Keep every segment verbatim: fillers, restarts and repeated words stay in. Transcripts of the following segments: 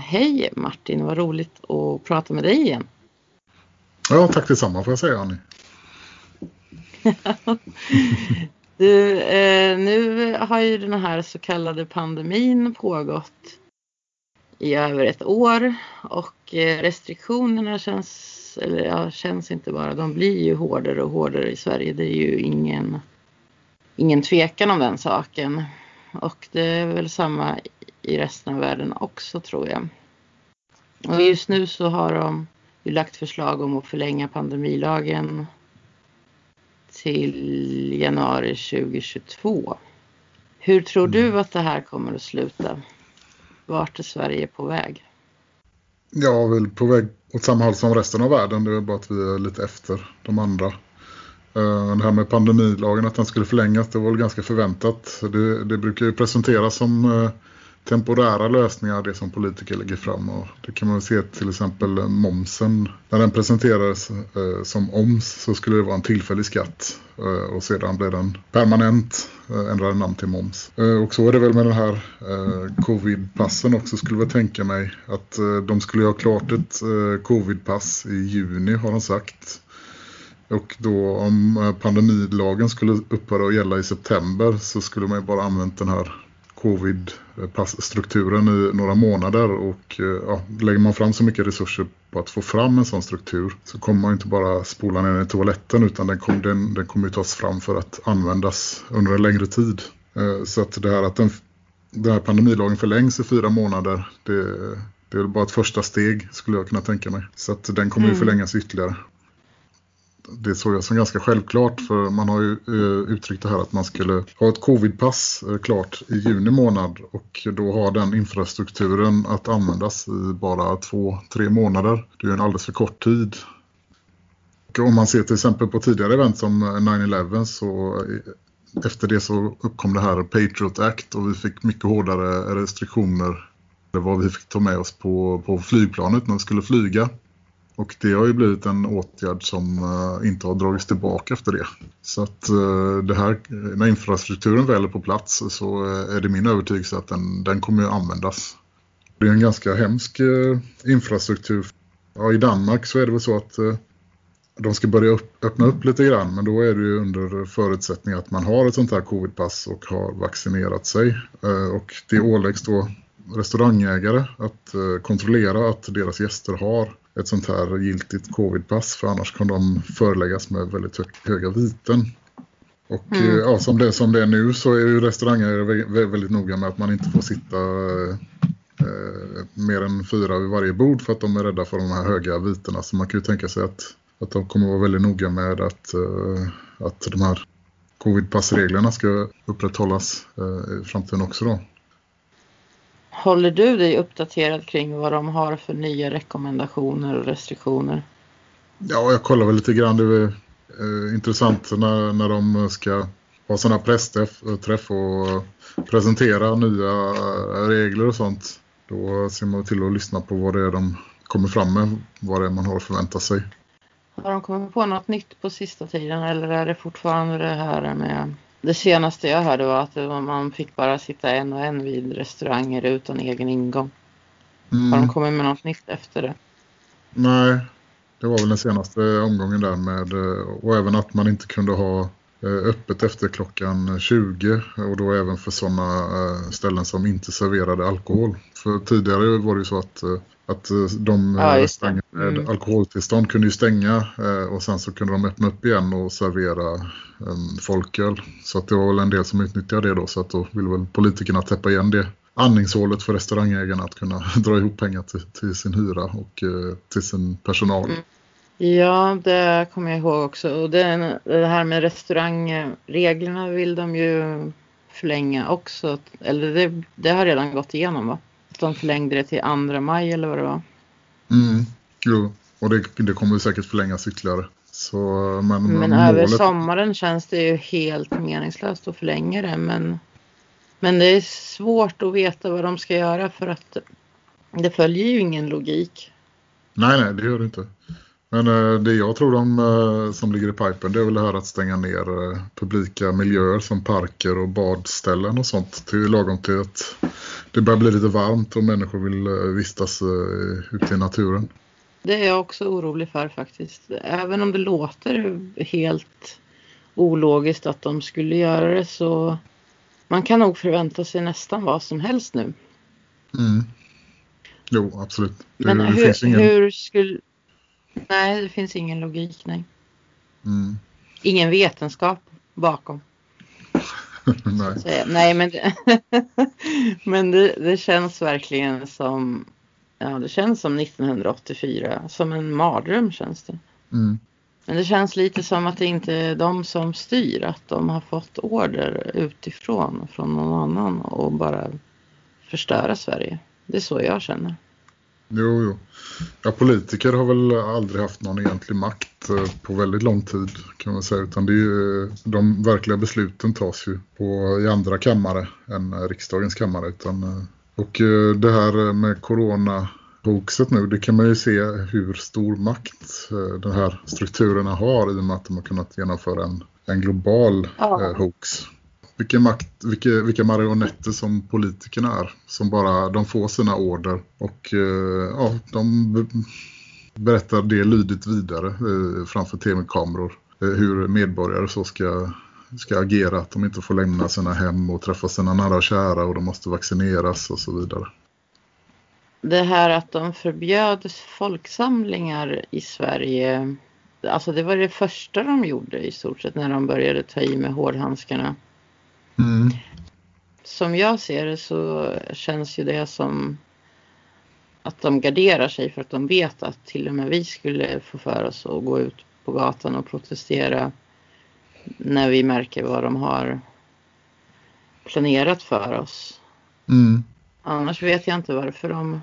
Hej Martin, vad roligt att prata med dig igen. Ja, tack detsamma får jag säga, Annie. Du, eh, nu har ju den här så kallade pandemin pågått i över ett år och eh, restriktionerna känns, eller ja, känns inte bara, de blir ju hårdare och hårdare i Sverige. Det är ju ingen, ingen tvekan om den saken. Och det är väl samma i resten av världen också, tror jag. Och just nu så har de ju lagt förslag om att förlänga pandemilagen till januari tjugohundratjugotvå. Hur tror du att det här kommer att sluta? Vart är Sverige på väg? Ja, väl på väg åt samma håll som resten av världen. Det är bara att vi är lite efter de andra. Det här med pandemilagen, att den skulle förlängas, det var väl ganska förväntat. Det, det brukar ju presenteras som temporära lösningar, det som politiker lägger fram. Och det kan man se till exempel momsen. När den presenterades eh, som oms så skulle det vara en tillfällig skatt. Eh, och sedan blev den permanent, eh, ändrade namn till moms. Eh, och så är det väl med den här eh, covid-passen också, skulle jag tänka mig. Att eh, de skulle ha klart ett eh, covid-pass i juni, har de sagt. Och då om pandemilagen skulle upphöra att gälla i september så skulle man ju bara använt den här covid-strukturen i några månader, och ja, lägger man fram så mycket resurser på att få fram en sån struktur så kommer man inte bara spola ner i toaletten, utan den kommer, den, den kommer ju tas fram för att användas under en längre tid. Så att det här att den, den här pandemilagen förlängs i fyra månader, det, det är väl bara ett första steg, skulle jag kunna tänka mig. Så att den kommer ju förlängas ytterligare. Det såg jag som ganska självklart, för man har ju eh, uttryckt det här att man skulle ha ett covidpass eh, klart i juni månad, och då har den infrastrukturen att användas i bara två, tre månader. Det är ju en alldeles för kort tid. Och om man ser till exempel på tidigare event som nine eleven, så eh, efter det så uppkom det här Patriot Act och vi fick mycket hårdare restriktioner. Det var vi fick ta med oss på, på flygplanet när vi skulle flyga. Och det har ju blivit en åtgärd som uh, inte har dragits tillbaka efter det. Så att uh, det här, när infrastrukturen väl är på plats, så uh, är det min övertygelse att den, den kommer att användas. Det är en ganska hemsk uh, infrastruktur. Ja, i Danmark så är det väl så att uh, de ska börja upp, öppna upp lite grann. Men då är det ju under förutsättning att man har ett sånt här covidpass och har vaccinerat sig. Uh, och det åläggs då restaurangägare att uh, kontrollera att deras gäster har ett sånt här giltigt covidpass, för annars kan de föreläggas med väldigt höga viten. Och mm. ja, som, det, som det är nu så är ju restauranger väldigt noga med att man inte får sitta eh, mer än fyra vid varje bord, för att de är rädda för de här höga viterna. Så man kan ju tänka sig att, att de kommer vara väldigt noga med att, eh, att de här covidpassreglerna ska upprätthållas eh, i framtiden också då. Håller du dig uppdaterad kring vad de har för nya rekommendationer och restriktioner? Ja, jag kollar väl lite grann. Det är eh, intressant när, när de ska ha sådana pressträff och presentera nya regler och sånt. Då ser man till att lyssna på vad det är de kommer fram med, vad det är man har att förvänta sig. Har de kommit på något nytt på sista tiden, eller är det fortfarande det här med... Det senaste jag hörde var att man fick bara sitta en och en vid restauranger utan egen ingång. Mm. Har de kommit med något nytt efter det? Nej, det var väl den senaste omgången där med, och även att man inte kunde ha öppet efter klockan tjugo, och då även för sådana ställen som inte serverade alkohol. För tidigare var det ju så att, att de ja, restauranger med mm. alkoholtillstånd kunde ju stänga, och sen så kunde de öppna upp igen och servera um, folköl. Så att det var väl en del som utnyttjade det då, så att då ville väl politikerna täppa igen det andningshålet för restaurangägarna att kunna dra ihop pengar till, till sin hyra och uh, till sin personal. Mm. Ja, det kommer jag ihåg också. Och det, det här med restaurangreglerna vill de ju förlänga också. Eller det, det har redan gått igenom, va? De förlängde det till andra maj eller vad det var. Mm, jo. Och det, det kommer ju säkert förlängas ytterligare. Så, men men målet... över sommaren känns det ju helt meningslöst att förlänga det. Men, men det är svårt att veta vad de ska göra, för att det följer ju ingen logik. Nej, nej, det gör det inte. Men eh, det jag tror de eh, som ligger i pipen, det är väl det här att stänga ner eh, publika miljöer som parker och badställen och sånt till lagom till att det börjar bli lite varmt och människor vill eh, vistas eh, ute i naturen. Det är jag också orolig för faktiskt. Även om det låter helt ologiskt att de skulle göra det, så man kan nog förvänta sig nästan vad som helst nu. Mm. Jo, absolut. Det, Men det hur, finns ingen... hur skulle... Nej, det finns ingen logik, nej. Mm. Ingen vetenskap bakom. Nej. Så, nej, men, det, men det, det känns verkligen som... Ja, det känns som nittonhundraåttiofyra. Som en mardröm känns det. Mm. Men det känns lite som att det inte är de som styr. Att de har fått order utifrån. Från någon annan. Och bara förstöra Sverige. Det är så jag känner. Jo, jo. Ja, politiker har väl aldrig haft någon egentlig makt eh, på väldigt lång tid, kan man säga. Utan det är ju, de verkliga besluten tas ju på, i andra kammare än riksdagens kammare. Utan, eh, och eh, det här med corona-hoaxet nu, det kan man ju se hur stor makt eh, de här strukturerna har i och med att de har kunnat genomföra en, en global Ja. eh, hoax. Vilken makt, vilka, vilka marionetter som politikerna är. Som bara, de får sina order och eh, ja, de be- berättar det lydigt vidare eh, framför tv-kameror. Eh, hur medborgare så ska, ska agera, att de inte får lämna sina hem och träffa sina nära och kära och de måste vaccineras och så vidare. Det här att de förbjöd folksamlingar i Sverige. Alltså det var det första de gjorde i stort sett när de började ta i med hårdhandskarna. Mm. Som jag ser det så känns ju det som att de garderar sig för att de vet att till och med vi skulle få för oss att gå ut på gatan och protestera när vi märker vad de har planerat för oss. Mm. Annars vet jag inte varför de...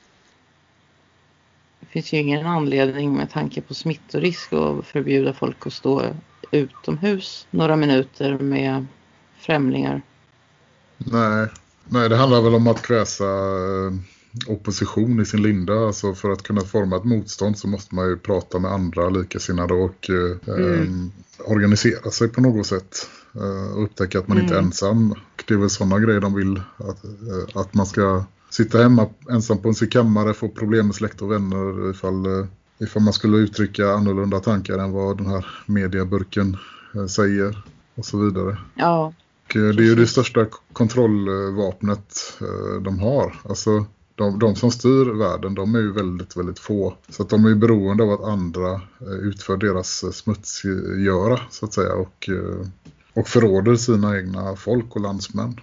Det finns ju ingen anledning med tanke på smittorisk att förbjuda folk att stå utomhus några minuter med främlingar. Nej. Nej, det handlar väl om att kväsa eh, opposition i sin linda. Alltså för att kunna forma ett motstånd så måste man ju prata med andra likasinnade och eh, mm. eh, organisera sig på något sätt. Eh, och upptäcka att man mm. inte är ensam. Och det är väl sådana grejer de vill. Att, eh, att man ska sitta hemma ensam på sin kammare, få problem med släkt och vänner ifall, eh, ifall man skulle uttrycka annorlunda tankar än vad den här medieburken eh, säger och så vidare. Ja. Och det är ju det största kontrollvapnet de har. Alltså de, de som styr världen, de är ju väldigt, väldigt få. Så att de är ju beroende av att andra utför deras smutsgöra så att säga. Och, och förråder sina egna folk och landsmän.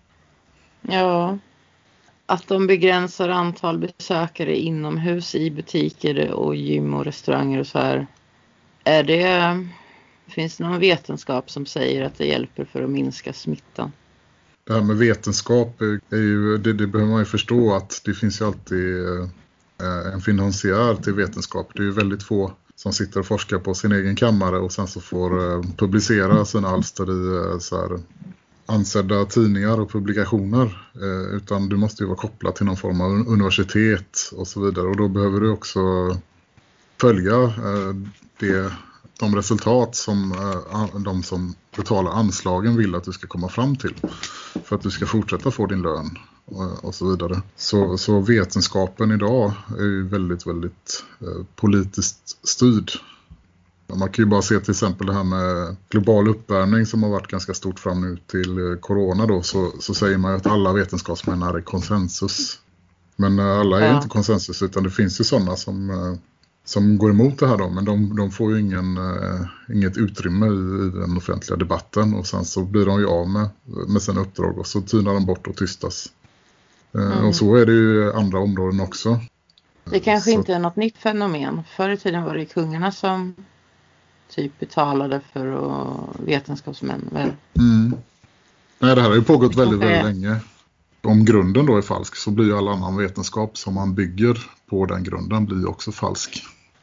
Ja, att de begränsar antal besökare inomhus i butiker och gym och restauranger och så här. Är det... Finns det någon vetenskap som säger att det hjälper för att minska smittan? Det här med vetenskap är ju, det, det behöver man ju förstå att det finns ju alltid eh, en finansiär till vetenskap. Det är ju väldigt få som sitter och forskar på sin egen kammare och sen så får eh, publicera sina alster i eh, så här, ansedda tidningar och publikationer. Eh, utan du måste ju vara kopplad till någon form av universitet och så vidare. Och då behöver du också följa eh, det... de resultat som äh, de som betalar anslagen vill att du ska komma fram till för att du ska fortsätta få din lön och, och så vidare. Så, så vetenskapen idag är ju väldigt, väldigt äh, politiskt styrd. Man kan ju bara se till exempel det här med global uppvärmning som har varit ganska stort fram nu till corona då, så, så säger man ju att alla vetenskapsmän är konsensus. Men äh, alla är ja. inte konsensus, utan det finns ju sådana som... Äh, som går emot det här då, men de, de får ju ingen, eh, inget utrymme i, i den offentliga debatten och sen så blir de ju av med, med sina uppdrag och så tynar de bort och tystas. Eh, mm. Och så är det ju i andra områden också. Det kanske så. inte är något nytt fenomen. Förr i tiden var det kungarna som typ betalade för att vetenskapsmän, väl? Mm. Nej, det här har ju pågått väldigt, väldigt länge. Om grunden då är falsk så blir ju all annan vetenskap som man bygger på den grunden blir också falsk.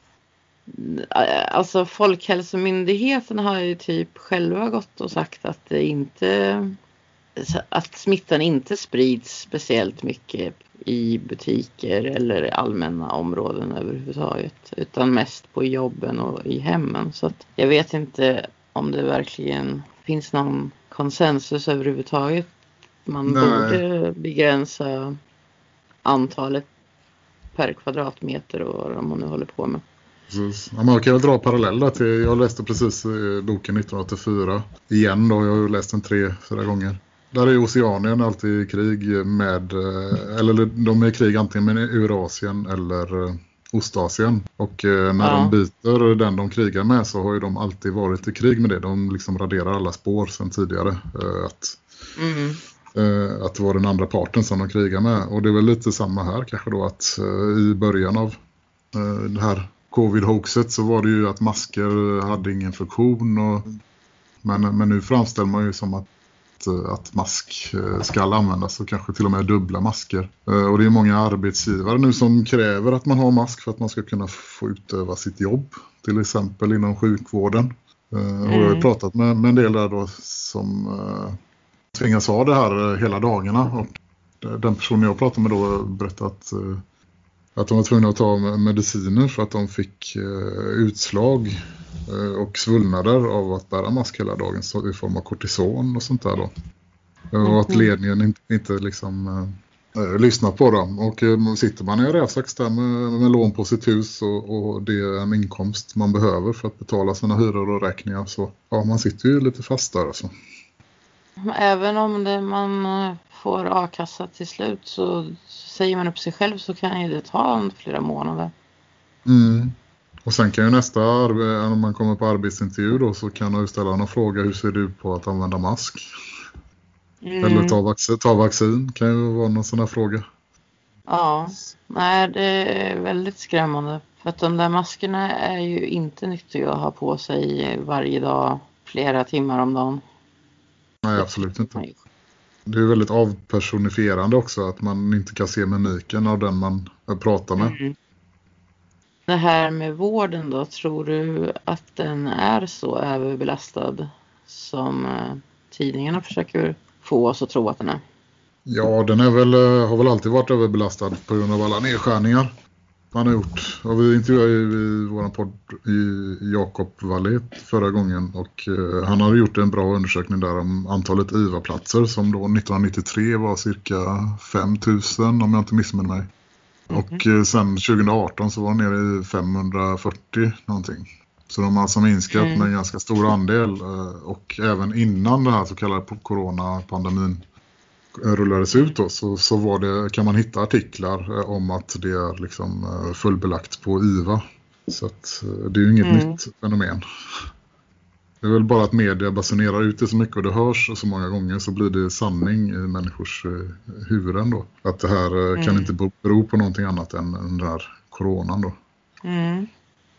Alltså Folkhälsomyndigheten har ju typ själva gått och sagt att det inte att smittan inte sprids speciellt mycket i butiker eller allmänna områden överhuvudtaget, utan mest på jobben och i hemmen. Så att jag vet inte om det verkligen finns någon konsensus överhuvudtaget. Man Nej. borde begränsa antalet per kvadratmeter och vad man nu håller på med. Precis. Ja, man kan väl dra paralleller till, jag läste precis boken nittonhundraåttiofyra igen då, jag har ju läst den tre, fyra gånger. Där är Oceanien alltid i krig med, eller de är i krig antingen med Eurasien eller Ostasien. Och när ja. de byter den de krigar med så har ju de alltid varit i krig med det. De liksom raderar alla spår sedan tidigare. Att, mm. att det var den andra parten som de krigar med. Och det är väl lite samma här kanske då, att i början av det här covid-hoaxet så var det ju att masker hade ingen funktion. Och, men, men nu framställer man ju som att att mask ska användas och kanske till och med dubbla masker. Och det är många arbetsgivare nu som kräver att man har mask för att man ska kunna få utöva sitt jobb, till exempel inom sjukvården. Mm. Och jag har pratat med, med en del där då som uh, tvingas ha det här hela dagarna, och den personen jag pratade med då berättade att, uh, att de var tvungna att ta mediciner för att de fick uh, utslag och svullnader av att bära mask hela dagen, så i form av kortison och sånt där då. Mm. Och att ledningen inte, inte liksom äh, lyssnar på dem. Och äh, sitter man i en rävsax där med, med lån på sitt hus och, och det är en inkomst man behöver för att betala sina hyror och räkningar, så ja, man sitter ju lite fast där alltså. Även om det, man får a-kassa till slut, så säger man upp sig själv, så kan ju det ta flera månader. Mm. Och sen kan ju nästa, när man kommer på arbetsintervju då, så kan du ställa en fråga: hur ser du på att använda mask? Mm. Eller ta vaccin, ta vaccin kan ju vara någon sån här fråga. Ja, nej, det är väldigt skrämmande. För att de där maskerna är ju inte nyttiga att ha på sig varje dag, flera timmar om dagen. Nej, absolut inte. Det är väldigt avpersonifierande också, att man inte kan se mimiken av den man pratar med. Mm. Det här med vården då, tror du att den är så överbelastad som tidningarna försöker få oss att tro att den är? Ja, den är väl, har väl alltid varit överbelastad på grund av alla nedskärningar man har gjort. Och vi intervjuade ju i vår podd i Jakob Wallet förra gången, och han hade gjort en bra undersökning där om antalet I V A-platser som då nittonhundranittiotre var cirka fem tusen, om jag inte missminner mig. Och mm-hmm. sen tjugo arton så var det nere i femhundrafyrtio någonting. Så de har alltså minskat mm. med en ganska stor andel. Och även innan den här så kallade coronapandemin rullades ut då, så, så var det, kan man hitta artiklar om att det är liksom fullbelagt på I V A. Så att det är ju inget mm. nytt fenomen. Det är väl bara att media basunerar ut det så mycket och det hörs så många gånger, så blir det sanning i människors huvuden då. Att det här mm. kan inte bero på någonting annat än den där coronan då. Mm.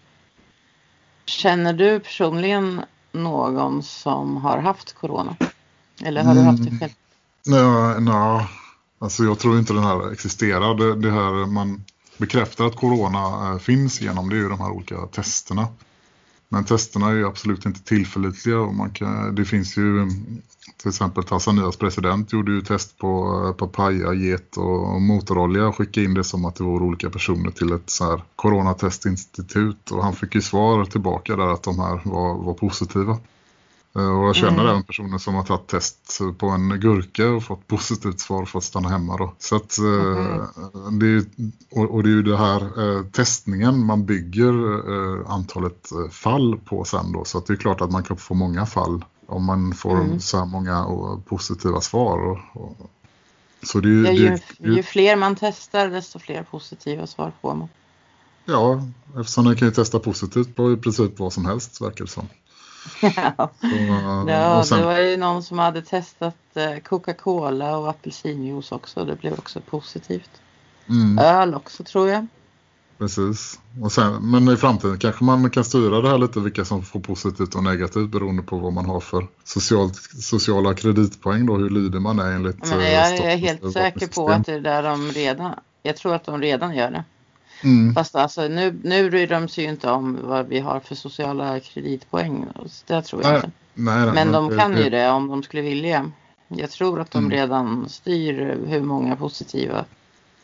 Känner du personligen någon som har haft corona? Eller har mm. du haft det själv? Nej, nej, alltså jag tror inte den här existerar. Det, det här man bekräftar att corona finns genom, det är ju de här olika testerna. Men testerna är ju absolut inte tillförlitliga, och man kan, det finns ju till exempel Tanzanias president gjorde ju test på papaya, get och motorolja och skickade in det som att det var olika personer till ett så här coronatestinstitut, och han fick ju svar tillbaka där att de här var, var positiva. Och jag känner mm. även personer som har tagit test på en gurka och fått positivt svar för att stanna hemma då. Så att, mm. det är, och, och det är ju det här eh, testningen man bygger eh, antalet fall på sen då. Så att det är klart att man kan få många fall om man får mm. så här många och, positiva svar. Och, och, så det är, ja, ju, det, ju fler man testar, desto fler positiva svar får man. Ja, eftersom man kan ju testa positivt på i princip vad som helst, verkar det som. Ja, så, ja sen, det var ju någon som hade testat Coca-Cola och apelsinjuice också. Det blev också positivt. Mm. Öl också, tror jag. Precis. Och sen, men i framtiden kanske man kan styra det här lite, vilka som får positivt och negativt beroende på vad man har för socialt, sociala kreditpoäng då, hur lyder man är enligt. Men jag, jag är helt säker på att det är där de redan, jag tror att de redan gör det. Mm. Fast alltså nu, nu bryr de sig ju inte om vad vi har för sociala kreditpoäng. Det tror jag nej, inte. Nej, nej, men de det, kan det, ju det om de skulle vilja. Jag tror att de mm. redan styr hur många positiva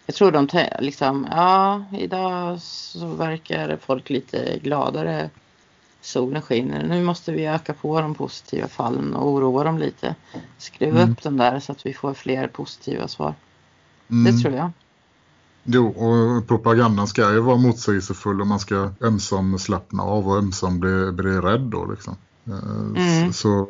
Jag tror de tä- liksom, ja, idag så verkar folk lite gladare. Solen skiner. Nu måste vi öka på de positiva fallen och oroa dem lite. Skruva Mm. upp dem där så att vi får fler positiva svar. Mm. Det tror jag. Jo, och propagandan ska ju vara motsägelsefull och man ska ömsom slappna av och ömsom bli, bli rädd då liksom. Mm. Så,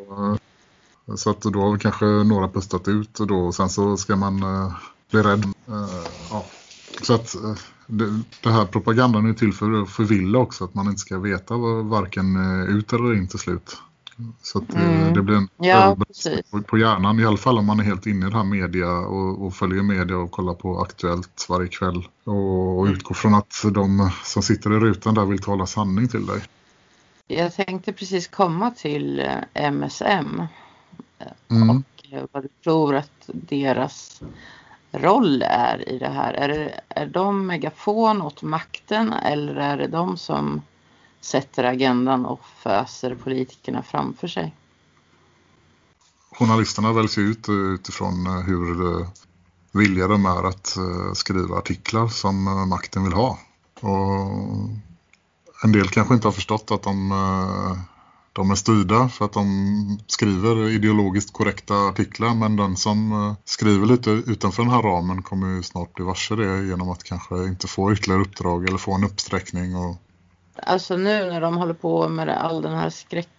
så att då har vi kanske några pustat ut och då och sen så ska man uh, bli rädd. Uh, ja. Så att uh, det, det här propagandan är till för att förvilla också, att man inte ska veta vad, varken uh, ut eller in till slut. Så att uh, Mm. det blir en Ja, överbelastning på, på hjärnan, i alla fall om man är helt inne i det här media och, och följer media och kollar på Aktuellt varje kväll och, och Mm. utgår från att de som sitter i rutan där vill tala sanning till dig. Jag tänkte precis komma till eh, M S M Mm. och eh, vad du tror att deras roll är i det här. Är, det, är de megafon åt makten eller är det de som sätter agendan och föser politikerna framför sig? Journalisterna väljs ut utifrån hur villiga de är att skriva artiklar som makten vill ha. Och en del kanske inte har förstått att de, de är styrda för att de skriver ideologiskt korrekta artiklar, men den som skriver lite utanför den här ramen kommer ju snart bli varse det genom att kanske inte få ytterligare uppdrag eller få en uppsträckning. Och... Alltså nu när de håller på med all den här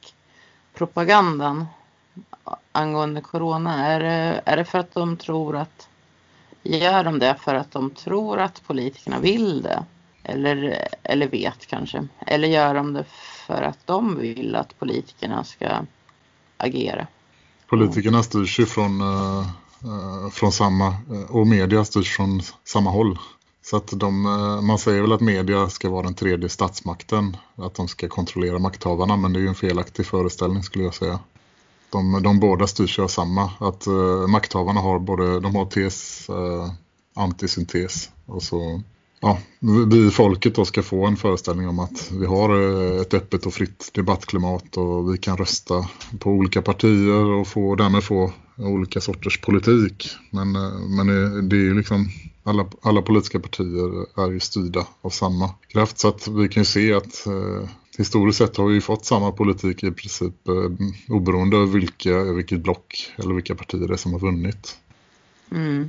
skräckpropagandan angående corona, är det, är det för att de tror att, gör de det för att de tror att politikerna vill det? Eller, eller vet kanske. Eller gör de det för att de vill att politikerna ska agera? Politikerna styrs ju från, uh, uh, från samma, och media styrs från samma håll. Så att de, uh, man säger väl att media ska vara den tredje statsmakten, att de ska kontrollera makthavarna, men det är ju en felaktig föreställning skulle jag säga. De, de båda styrs av samma, att uh, makthavarna har både, de har tes, uh, antisyntes och så. Ja, vi folket då ska få en föreställning om att vi har ett öppet och fritt debattklimat och vi kan rösta på olika partier och få, därmed få olika sorters politik. Men, men det är ju liksom, alla, alla politiska partier är ju styrda av samma kraft, så att vi kan ju se att eh, historiskt sett har vi fått samma politik i princip eh, oberoende av vilka, vilket block eller vilka partier det är som har vunnit. Mm.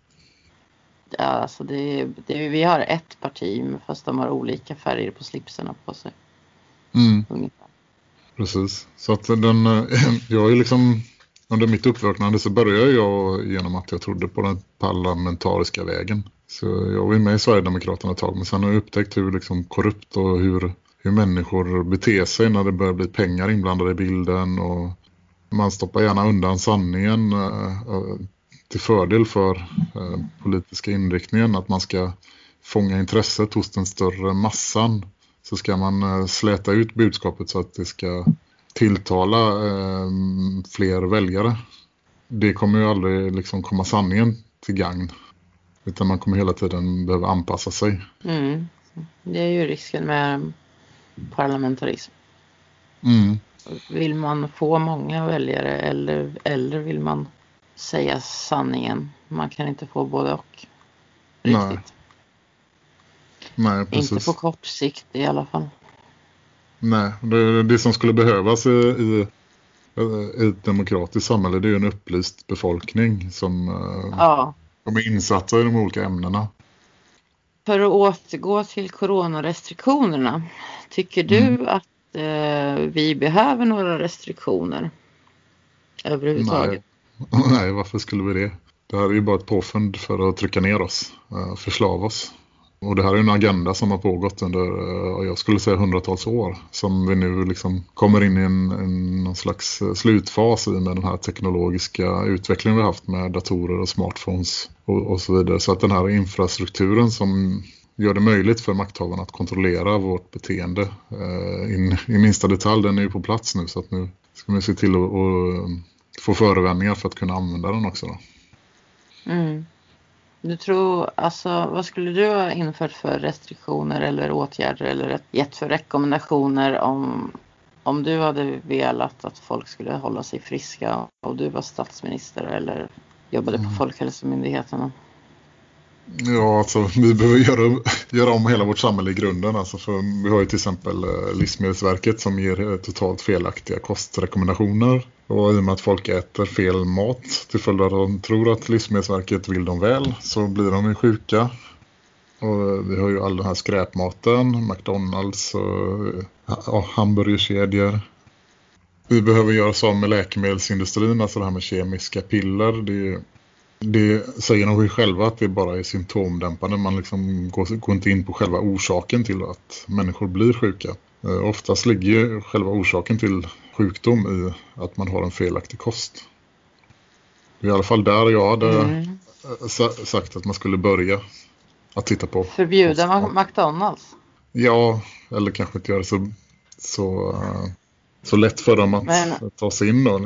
Ja, alltså det, det, vi har ett parti fast de har olika färger på slipsarna på sig. Mm. Ungefär. Precis. Så att den, jag är liksom, under mitt uppvaknande så började jag genom att jag trodde på den parlamentariska vägen. Så jag var med i Sverigedemokraterna ett tag, men sen har jag upptäckt hur liksom korrupt och hur, hur människor beter sig när det börjar bli pengar inblandade i bilden, och man stoppar gärna undan sanningen äh, till fördel för äh, politiska inriktningen, att man ska fånga intresset hos den större massan. Så ska man släta ut budskapet så att det ska tilltala eh, fler väljare. Det kommer ju aldrig liksom komma sanningen till gagn. Utan man kommer hela tiden behöva anpassa sig. Mm. Det är ju risken med parlamentarism. Mm. Vill man få många väljare eller, eller vill man säga sanningen? Man kan inte få både och. Riktigt. Nej. Nej, precis. Inte på kort sikt i alla fall. Nej, det, det som skulle behövas i, i, i ett demokratiskt samhälle, det är ju en upplyst befolkning som ja. de är insatta i de olika ämnena. För att återgå till coronarestriktionerna, tycker du mm. att eh, vi behöver några restriktioner överhuvudtaget? Nej. Nej, varför skulle vi det? Det här är ju bara ett påfund för att trycka ner oss, förslava oss. Och det här är en agenda som har pågått under, jag skulle säga, hundratals år. Som vi nu liksom kommer in i en, en någon slags slutfas i med den här teknologiska utvecklingen vi har haft med datorer och smartphones och, och så vidare. Så att den här infrastrukturen som gör det möjligt för makthavarna att kontrollera vårt beteende eh, in, i minsta detalj, den är ju på plats nu. Så att nu ska vi se till att, att få förevändningar för att kunna använda den också då. Mm. Du tror, alltså, vad skulle du ha infört för restriktioner eller åtgärder eller gett för rekommendationer om, om du hade velat att folk skulle hålla sig friska och du var statsminister eller jobbade på mm. Folkhälsomyndigheterna? Ja, alltså vi behöver göra, göra om hela vårt samhälle i grunden. Alltså, för vi har ju till exempel Livsmedelsverket som ger totalt felaktiga kostrekommendationer. Och i och med att folk äter fel mat till följd av att de tror att Livsmedelsverket vill dem väl, så blir de ju sjuka. Och vi har ju all den här skräpmaten, McDonalds och ja, hamburgerkedjor. Vi behöver göra så med läkemedelsindustrin, alltså det här med kemiska piller. Det, det säger nog själva att det bara är symptomdämpande. Man liksom går, går inte in på själva orsaken till att människor blir sjuka. Eh, oftast ligger ju själva orsaken till sjukdom i att man har en felaktig kost. Det är i alla fall där jag hade mm. sagt att man skulle börja att titta på. Förbjuda kost. McDonalds? Ja, eller kanske inte göra det så, så, så lätt för dem att Men... ta sig in då.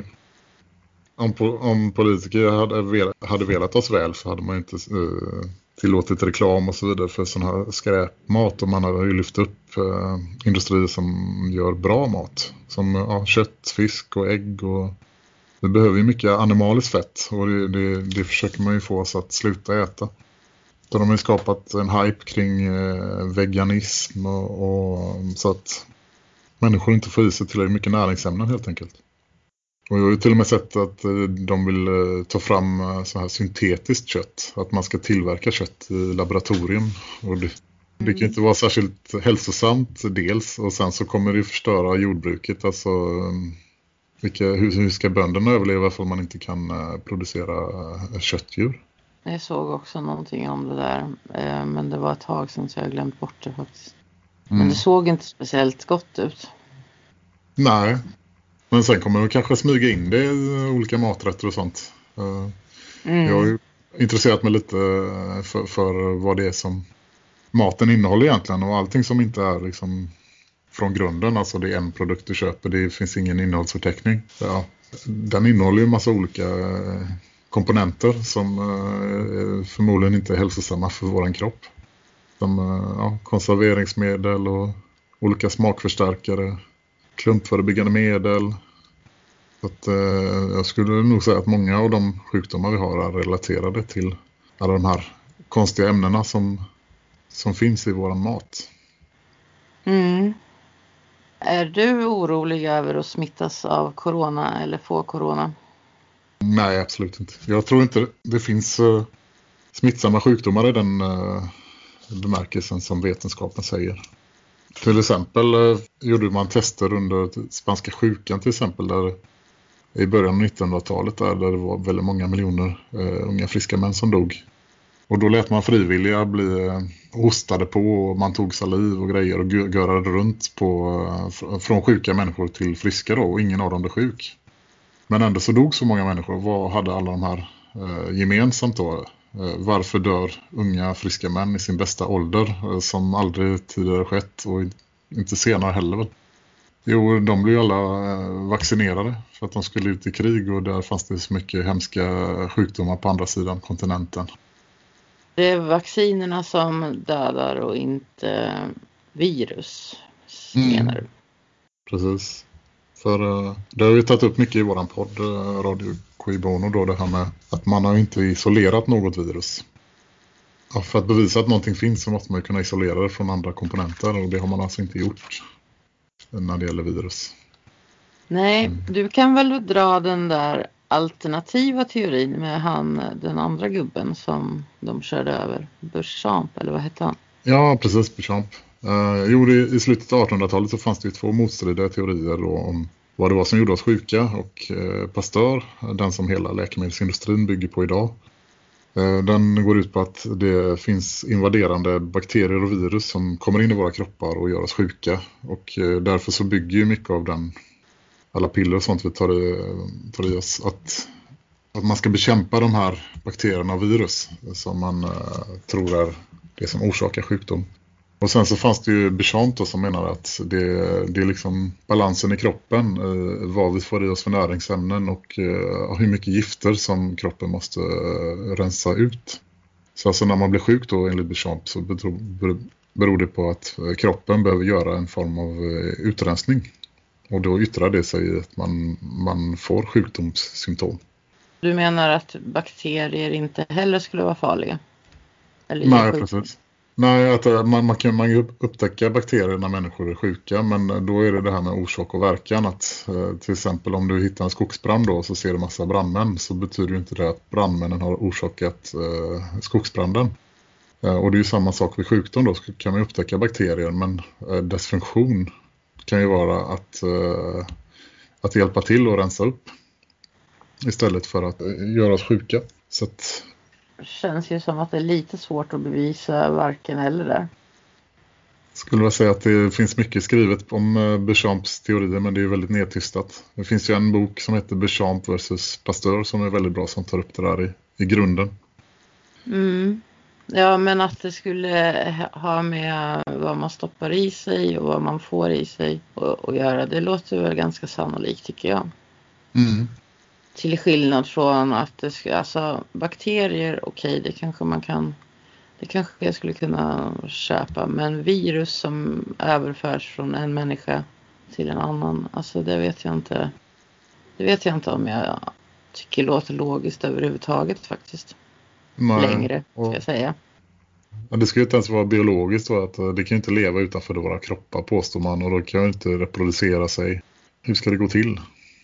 Om, om politiker hade velat, hade velat oss väl, så hade man inte uh, tillåtit reklam och så vidare för sån här skräpmat. Och man hade ju lyft upp uh, industrier som gör bra mat. Som uh, kött, fisk och ägg. Och vi behöver ju mycket animaliskt fett. Och det, det, det försöker man ju få oss att sluta äta. Så de har ju skapat en hype kring uh, veganism. Och, och, så att människor inte får i sig tillräckligt mycket näringsämnen helt enkelt. Och jag har ju till och med sett att de vill ta fram så här syntetiskt kött. Att man ska tillverka kött i laboratorium. Och det, det kan ju inte vara särskilt hälsosamt dels. Och sen så kommer det ju förstöra jordbruket. Alltså, vilka, hur, hur ska bönderna överleva för man inte kan producera köttdjur? Jag såg också någonting om det där. Men det var ett tag sedan så jag glömt bort det faktiskt. Men mm. det såg inte speciellt gott ut. Nej. Men sen kommer man kanske smyga in det i olika maträtter och sånt. Mm. Jag har ju intresserat mig lite för, för vad det är som maten innehåller egentligen. Och allting som inte är liksom från grunden, alltså det är en produkt du köper, det finns ingen innehållsförteckning. Ja, den innehåller ju en massa olika komponenter som förmodligen inte är hälsosamma för våran kropp. Som ja, konserveringsmedel och olika smakförstärkare. Klumpförebyggande medel. Så att, eh, jag skulle nog säga att många av de sjukdomar vi har är relaterade till alla de här konstiga ämnena som, som finns i vår mat. Mm. Är du orolig över att smittas av corona eller få corona? Nej, absolut inte. Jag tror inte det finns uh, smittsamma sjukdomar i den uh, bemärkelsen som vetenskapen säger. Till exempel uh, gjorde man tester under spanska sjukan till exempel där i början av nittonhundratalet där, där det var väldigt många miljoner uh, unga friska män som dog. Och då lät man frivilliga bli uh, hostade på och man tog saliv och grejer och görade runt på, uh, från sjuka människor till friska då, och ingen av dem blev sjuk. Men ändå så dog så många människor. Vad hade alla de här uh, gemensamt då? Varför dör unga friska män i sin bästa ålder som aldrig tidigare skett och inte senare heller väl? Jo, de blev ju alla vaccinerade för att de skulle ut i krig och där fanns det så mycket hemska sjukdomar på andra sidan kontinenten. Det är vaccinerna som dödar och inte virus, menar du? Mm. Precis. För det har vi tagit upp mycket i våran podd Radio Cui Bono då, det här med att man har inte isolerat något virus. Ja, för att bevisa att någonting finns så måste man ju kunna isolera det från andra komponenter och det har man alltså inte gjort när det gäller virus. Nej, mm. Du kan väl dra den där alternativa teorin med han, den andra gubben som de körde över, Béchamp, eller vad hette han? Ja, precis, Béchamp. Uh, jo, i slutet av artonhundratalet så fanns det ju två motstridiga teorier då om vad det var som gjorde oss sjuka, och eh, Pasteur, den som hela läkemedelsindustrin bygger på idag, eh, den går ut på att det finns invaderande bakterier och virus som kommer in i våra kroppar och gör oss sjuka, och eh, därför så bygger ju mycket av den, alla piller och sånt vi tar i, tar i oss, att, att man ska bekämpa de här bakterierna och virus som man eh, tror är det som orsakar sjukdom. Och sen så fanns det ju Béchamp då som menar att det, det är liksom balansen i kroppen, eh, vad vi får i oss för näringsämnen och eh, hur mycket gifter som kroppen måste eh, rensa ut. Så alltså när man blir sjuk då enligt Béchamp så beror, beror det på att eh, kroppen behöver göra en form av eh, utrensning. Och då yttrar det sig i att man, man får sjukdomssymptom. Du menar att bakterier inte heller skulle vara farliga? Eller Nej, precis. Nej, att man, man kan man ju upptäcka bakterier när människor är sjuka, men då är det det här med orsak och verkan. Att, eh, till exempel om du hittar en skogsbrand då, så ser du massa brandmän, så betyder ju inte det att brandmännen har orsakat eh, skogsbranden. Eh, och det är ju samma sak vid sjukdom då, så kan man upptäcka bakterier, men eh, dess funktion kan ju vara att, eh, att hjälpa till och rensa upp istället för att eh, göra oss sjuka. Så att känns ju som att det är lite svårt att bevisa varken eller där. Skulle jag säga att det finns mycket skrivet om Béchamps teorier, men det är väldigt nedtystat. Det finns ju en bok som heter Béchamp versus Pasteur som är väldigt bra, som tar upp det där i, i grunden. Mm. Ja, men att det skulle ha med vad man stoppar i sig och vad man får i sig och, och göra, det låter väl ganska sannolikt, tycker jag. Mm. Till skillnad från att det ska, alltså bakterier, okej, det kanske man kan, det kanske jag skulle kunna köpa, men virus som överförs från en människa till en annan, alltså det vet jag inte, det vet jag inte om jag tycker låter logiskt överhuvudtaget faktiskt. Nej. Längre, ska jag säga. Ja, det ska ju inte ens vara biologiskt då, att det kan ju inte leva utanför våra kroppar, påstår man, och då kan ju inte reproducera sig. Hur ska det gå till?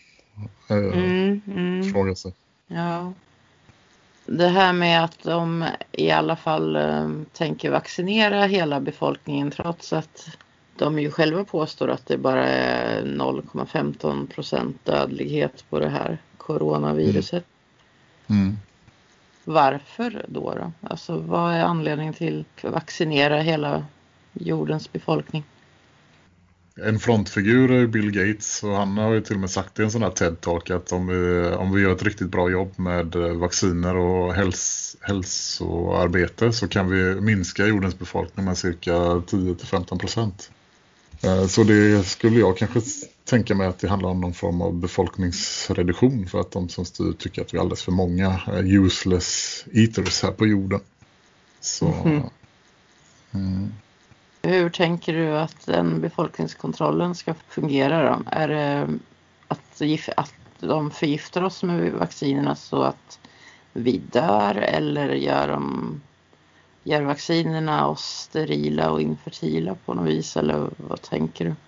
Mm, mm. Fråga sig. Ja. Det här med att de i alla fall eh, tänker vaccinera hela befolkningen, trots att de ju själva påstår att det bara är noll komma femton procent dödlighet på det här coronaviruset. Mm. Mm. Varför då då? Alltså vad är anledningen till att vaccinera hela jordens befolkning? En frontfigur är Bill Gates, och han har ju till och med sagt i en sån här TED-talk att om vi, om vi gör ett riktigt bra jobb med vacciner och häls, hälsoarbete så kan vi minska jordens befolkning med cirka tio till femton procent. Så det skulle jag kanske tänka mig att det handlar om någon form av befolkningsreduktion, för att de som styr tycker att vi är alldeles för många useless eaters här på jorden. Så... Mm-hmm. Mm. Hur tänker du att den befolkningskontrollen ska fungera då? Är det att, att de förgiftar oss med vaccinerna så att vi dör, eller gör, de, gör vaccinerna oss sterila och infertila på något vis, eller vad tänker du?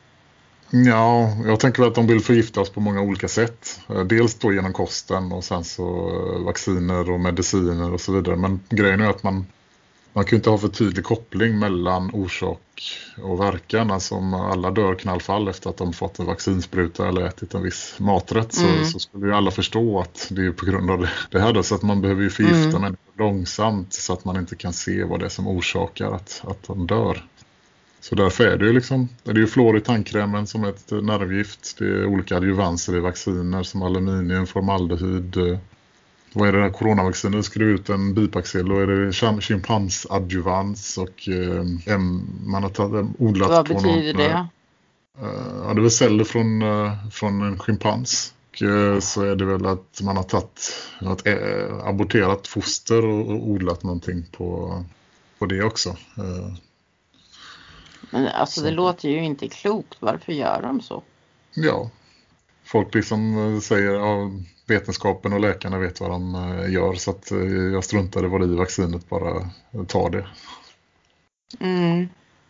Ja, jag tänker att de vill förgifta oss på många olika sätt. Dels då genom kosten och sen så vacciner och mediciner och så vidare. Men grejen är att man Man kan ju inte ha för tydlig koppling mellan orsak och verkan. Alltså om alla dör knallfall efter att de fått en vaccinspruta eller ätit en viss maträtt, så, mm. så skulle ju alla förstå att det är på grund av det här då. Så att man behöver ju förgifta mm. människor långsamt så att man inte kan se vad det är som orsakar att, att de dör. Så därför är det ju liksom, det är ju fluor i tandkrämen som ett nervgift. Det är olika adjuvanser i vacciner som aluminium, formaldehyd. Vad är det här coronavaccinet? Det skriver ut en bipaxel. Då är det chimpansadjuvans och eh, man har tagit, odlat Vad på betyder någon, det? Eh, ja, det är väl celler från, eh, från en schimpans. Och eh, så är det väl att man har tagit ett eh, aborterat foster och, och odlat någonting på, på det också. Eh, Men alltså så. Det låter ju inte klokt. Varför gör de så? Ja, folk liksom säger ja, vetenskapen och läkarna vet vad de gör, så att jag struntade vad det i vaccinet, bara ta det. Mm.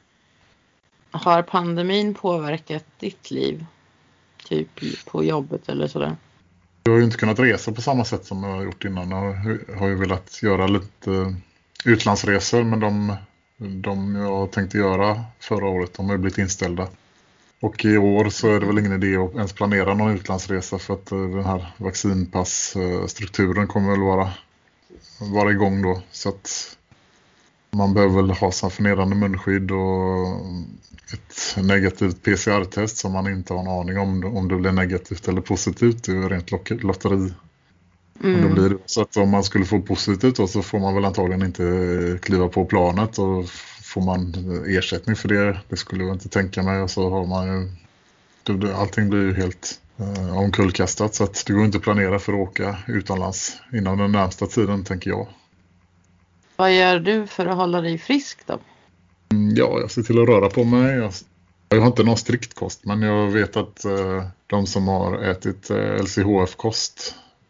Har pandemin påverkat ditt liv? Typ på jobbet eller sådär? Jag har ju inte kunnat resa på samma sätt som jag har gjort innan. Jag har ju velat göra lite utlandsresor, men de, de jag tänkte göra förra året, de har ju blivit inställda. Och i år så är det väl ingen idé att ens planera någon utlandsresa, för att den här vaccinpassstrukturen kommer väl vara, vara igång då. Så att man behöver väl ha sanktionerande munskydd och ett negativt P C R-test som man inte har en aning om om det blir negativt eller positivt. Det är ju rent lotteri. Mm. Om det blir. Så att om man skulle få positivt då, så får man väl antagligen inte kliva på planet, och får man ersättning för det, det skulle jag inte tänka mig, och så har man ju, allting blir ju helt eh, omkullkastat, så att det går inte att planera för att åka utomlands inom den närmsta tiden, tänker jag. Vad gör du för att hålla dig frisk då? Ja, jag ser till att röra på mig. Jag, jag har inte någon strikt kost, men jag vet att eh, de som har ätit eh, L C H F-kost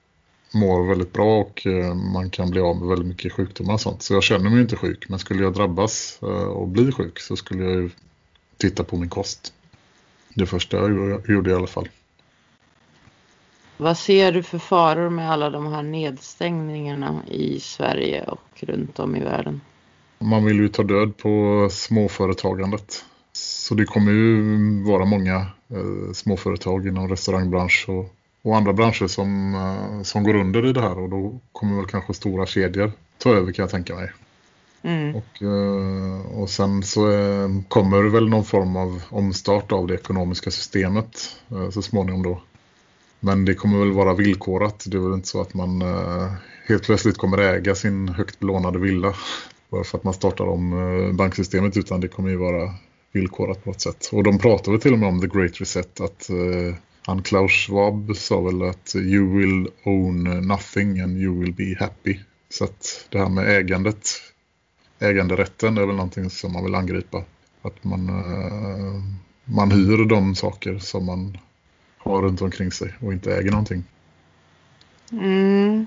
mår väldigt bra och man kan bli av med väldigt mycket sjukdomar och sånt. Så jag känner mig inte sjuk, men skulle jag drabbas och bli sjuk så skulle jag ju titta på min kost. Det första jag gjorde i alla fall. Vad ser du för faror med alla de här nedstängningarna i Sverige och runt om i världen? Man vill ju ta död på småföretagandet. Så det kommer ju vara många eh, småföretag inom restaurangbransch och, och andra branscher som, eh, som går under i det här. Och då kommer väl kanske stora kedjor ta över, kan jag tänka mig. Mm. Och, eh, och sen så eh, kommer det väl någon form av omstart av det ekonomiska systemet eh, så småningom då. Men det kommer väl vara villkorat. Det är väl inte så att man eh, helt plötsligt kommer äga sin högt belånade villa bara för att man startar om eh, banksystemet, utan det kommer ju vara villkorat på något sätt. Och de pratar väl till och med om the great reset, att eh, han Klaus Schwab sa väl att you will own nothing and you will be happy. Så att det här med ägandet, äganderätten är väl någonting som man vill angripa. Att man, eh, man hyr de saker som man har runt omkring sig och inte äger någonting. Mm.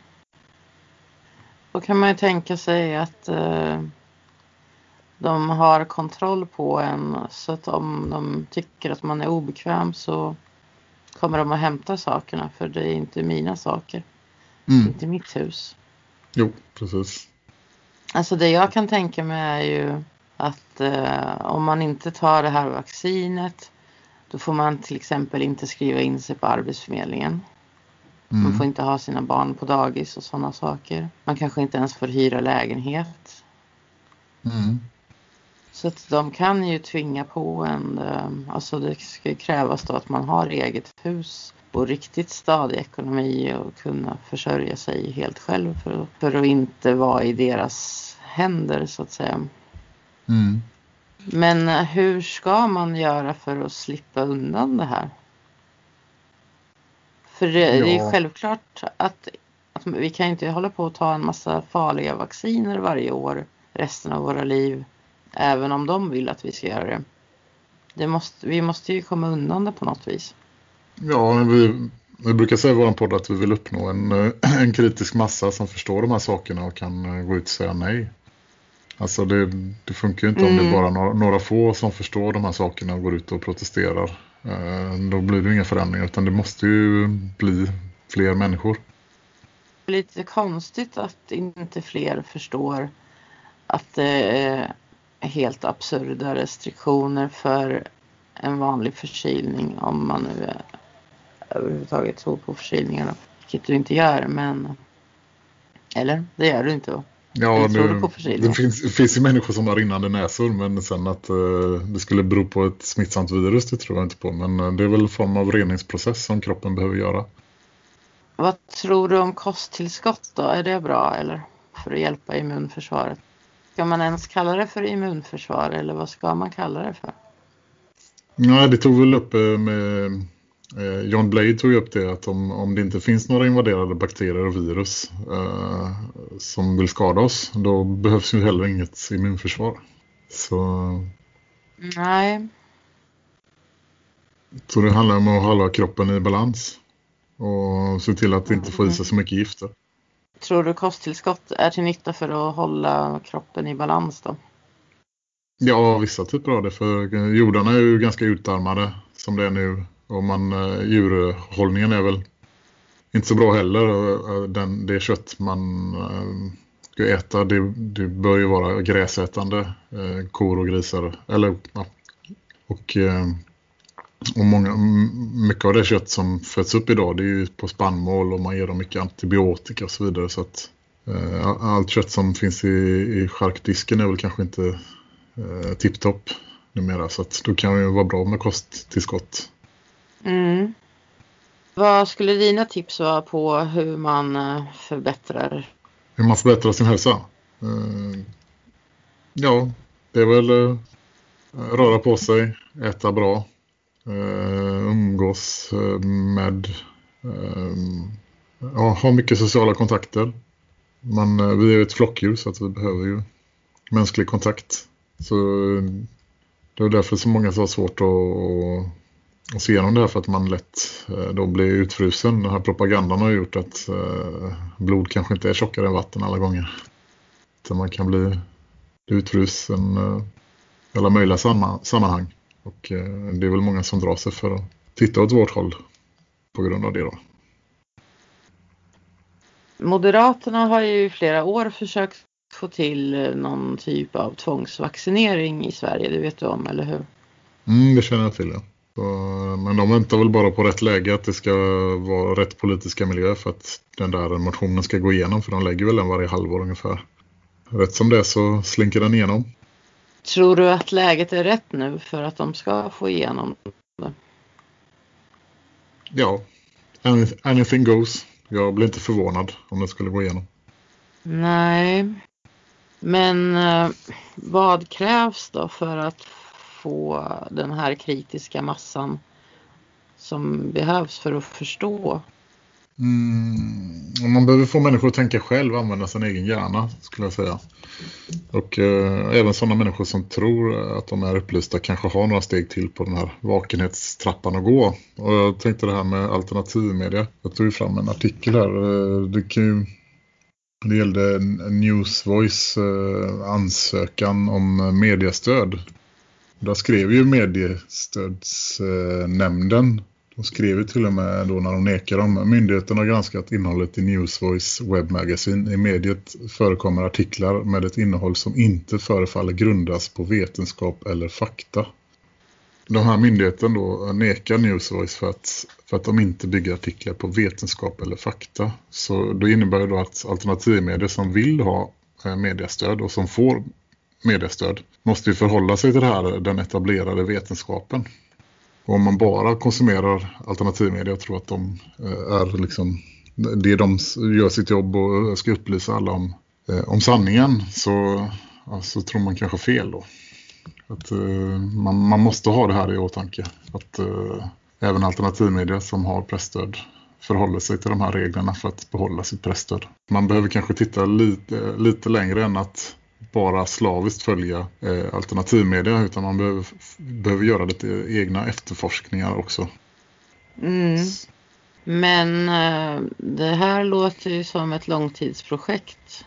Då kan man ju tänka sig att eh, de har kontroll på en, så att om de tycker att man är obekväm så kommer de att hämta sakerna, för det är inte mina saker. Mm. Det är inte mitt hus. Jo, precis. Alltså det jag kan tänka mig är ju att eh, om man inte tar det här vaccinet, då får man till exempel inte skriva in sig på Arbetsförmedlingen. Mm. Man får inte ha sina barn på dagis och sådana saker. Man kanske inte ens får hyra lägenhet. Mm. Så att de kan ju tvinga på en, alltså det ska krävas då att man har eget hus och riktigt stadig ekonomi och kunna försörja sig helt själv för, för att inte vara i deras händer, så att säga. Mm. Men hur ska man göra för att slippa undan det här? För det, Ja. det är självklart att, att vi kan inte hålla på att ta en massa farliga vacciner varje år resten av våra liv, även om de vill att vi ska göra det. det måste, vi måste ju komma undan det på något vis. Ja, vi, vi brukar säga i vår podd att vi vill uppnå en, en kritisk massa som förstår de här sakerna och kan gå ut och säga nej. Alltså det, det funkar ju inte mm. om det är bara några, några få som förstår de här sakerna och går ut och protesterar. Eh, då blir det inga förändringar, utan det måste ju bli fler människor. Det är lite konstigt att inte fler förstår att det är helt absurda restriktioner för en vanlig förkylning, om man nu är överhuvudtaget tror på förkylningarna, vilket du inte gör, men eller det gör du inte då. Ja, det, det finns, det finns ju människor som har rinnande näsor, men sen att uh, det skulle bero på ett smittsamt virus, det tror jag inte på. Men uh, det är väl en form av reningsprocess som kroppen behöver göra. Vad tror du om kosttillskott då? Är det bra eller för att hjälpa immunförsvaret? Ska man ens kalla det för immunförsvar, eller vad ska man kalla det för? Nej, det tog väl upp med... Eh, John Blade tog upp det, att om, om det inte finns några invaderade bakterier och virus eh, som vill skada oss, då behövs ju heller inget immunförsvar. Så, nej. Så det handlar om att hålla kroppen i balans och se till att det inte får i sig så mycket gifter. Tror du kosttillskott är till nytta för att hålla kroppen i balans då? Ja, vissa typer av det, för jordarna är ju ganska utarmade som det är nu. Och man, djurhållningen är väl inte så bra heller. Den, det kött man ska äta, det, det bör ju vara gräsätande kor och grisar. Eller, ja. Och, och många, mycket av det kött som föds upp idag, det är ju på spannmål och man ger dem mycket antibiotika och så vidare. Så att allt kött som finns i, i charkdisken är väl kanske inte tipptopp numera. Så att då kan det ju vara bra med kosttillskott. Mm. Vad skulle dina tips vara på hur man förbättrar? Hur man förbättrar sin hälsa? Uh, ja, det är väl uh, röra på sig, äta bra, uh, umgås uh, med, uh, ja, ha mycket sociala kontakter. Man, uh, vi är ett flockdjur, så att vi behöver ju mänsklig kontakt. Så uh, det är därför så många som har svårt att, och se igenom det här för att man lätt eh, då blir utfrusen. Den här propagandan har gjort att eh, blod kanske inte är tjockare än vatten alla gånger. Så man kan bli utfrusen eh, i alla möjliga samma, sammanhang. Och eh, det är väl många som drar sig för att titta åt vårt håll på grund av det då. Moderaterna har ju i flera år försökt få till någon typ av tvångsvaccinering i Sverige, det vet du om, eller hur? Mm, det känner jag till, ja. Så, men de väntar väl bara på rätt läge, att det ska vara rätt politiska miljö för att den där motionen ska gå igenom, för de lägger väl den varje halvår ungefär. Rätt som det så slinker den igenom. Tror du att läget är rätt nu för att de ska få igenom det? Ja, anything goes. Jag blir inte förvånad om det skulle gå igenom. Nej, men eh, vad krävs då för att få den här kritiska massan som behövs för att förstå? Mm, man behöver få människor att tänka själv och använda sin egen hjärna, skulle jag säga. Och eh, även sådana människor som tror att de är upplysta kanske har några steg till på den här vakenhetstrappan att gå. Och jag tänkte det här med alternativmedia. Jag tog ju fram en artikel här. Det, kan ju, det gällde Newsvoice eh, ansökan om mediestöd. Där skrev ju mediestödsnämnden. De skrev till och med då när de nekar dem. Myndigheten har granskat innehållet i Newsvoice webbmagasin. I mediet förekommer artiklar med ett innehåll som inte förefaller grundas på vetenskap eller fakta. Den här myndigheten då nekar Newsvoice för att, för att de inte bygger artiklar på vetenskap eller fakta. Så då innebär det då att alternativmedier som vill ha mediestöd och som får mediestöd måste ju förhålla sig till det här, den etablerade vetenskapen. Och om man bara konsumerar alternativmedia och tror att de är liksom det de gör sitt jobb och ska upplysa alla om, om sanningen, så, ja, så tror man kanske fel då. Att, uh, man, man måste ha det här i åtanke. Att uh, även alternativmedia som har pressstöd förhåller sig till de här reglerna för att behålla sitt pressstöd. Man behöver kanske titta lite, lite längre än att bara slaviskt följa eh, alternativmedia, utan man behöver, behöver göra lite egna efterforskningar också. Mm. Men eh, det här låter ju som ett långtidsprojekt.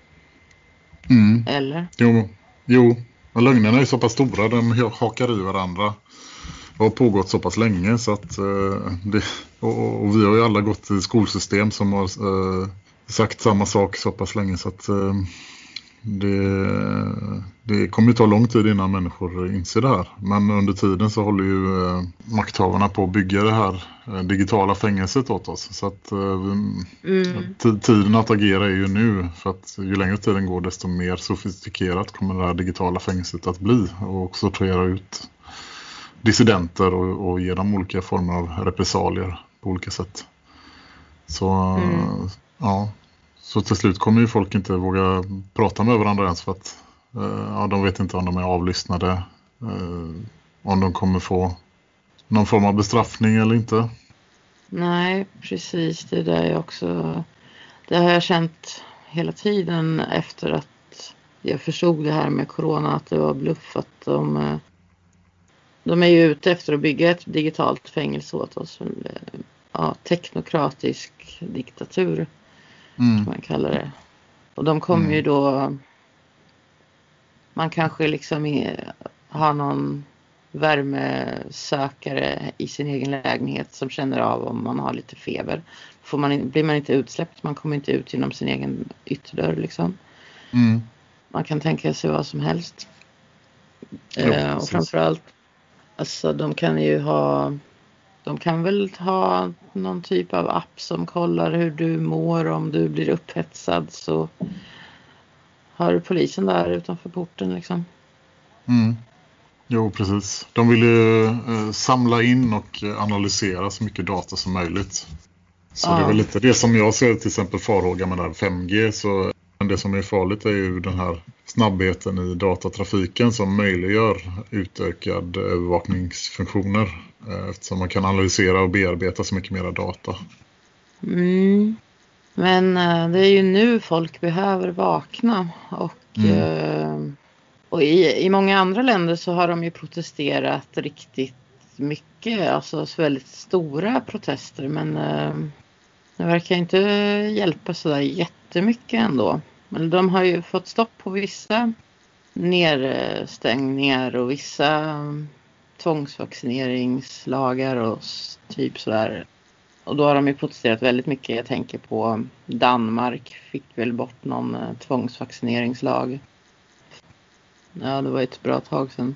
Mm. Eller? Jo, jo. Och lögnerna är så pass stora, de hakar i varandra och har pågått så pass länge så att eh, det, och, och vi har ju alla gått i skolsystem som har eh, sagt samma sak så pass länge så att eh, Det, det kommer ju ta lång tid innan människor inser det här. Men under tiden så håller ju eh, makthavarna på att bygga det här eh, digitala fängelset åt oss. Så att eh, mm. t- tiden att agera är ju nu. För att ju längre tiden går desto mer sofistikerat kommer det här digitala fängelset att bli. Och sortera ut dissidenter och, och ge dem olika former av repressalier på olika sätt. Så mm. ja... Så till slut kommer ju folk inte våga prata med varandra ens för att eh, ja, de vet inte om de är avlyssnade, eh, om de kommer få någon form av bestraffning eller inte. Nej, precis. Det där är också, det har jag känt hela tiden efter att jag förstod det här med corona, att det var bluff, att de, de är ju ute efter att bygga ett digitalt fängelse åt oss. Ja, teknokratisk diktatur. Mm. Man kallar det. Och de kommer mm. ju då, man kanske liksom är, har någon värmesökare i sin egen lägenhet som känner av om man har lite feber. Får man, blir man inte utsläppt, man kommer inte ut genom sin egen ytterdörr liksom. Mm. Man kan tänka sig vad som helst. Jo, eh, och framförallt, alltså de kan ju ha... De kan väl ha någon typ av app som kollar hur du mår. Om du blir upphetsad så har du polisen där utanför porten liksom. Mm. Jo, precis. De vill ju eh, samla in och analysera så mycket data som möjligt. Så ja. Det är väl lite det som jag ser till exempel farhåga med den här fem G. Så det som är farligt är ju den här snabbheten i datatrafiken som möjliggör utökad övervakningsfunktioner. Eftersom man kan analysera och bearbeta så mycket mer data. Mm. Men det är ju nu folk behöver vakna. Och, mm. och i, i många andra länder så har de ju protesterat riktigt mycket, alltså väldigt stora protester, men eh, det verkar inte hjälpa så där jättemycket ändå. Men de har ju fått stopp på vissa nedstängningar och vissa tvångsvaccineringslagar och typ sådär. Och då har de ju protesterat väldigt mycket. Jag tänker på Danmark fick väl bort någon tvångsvaccineringslag. Ja, det var ett bra tag sedan.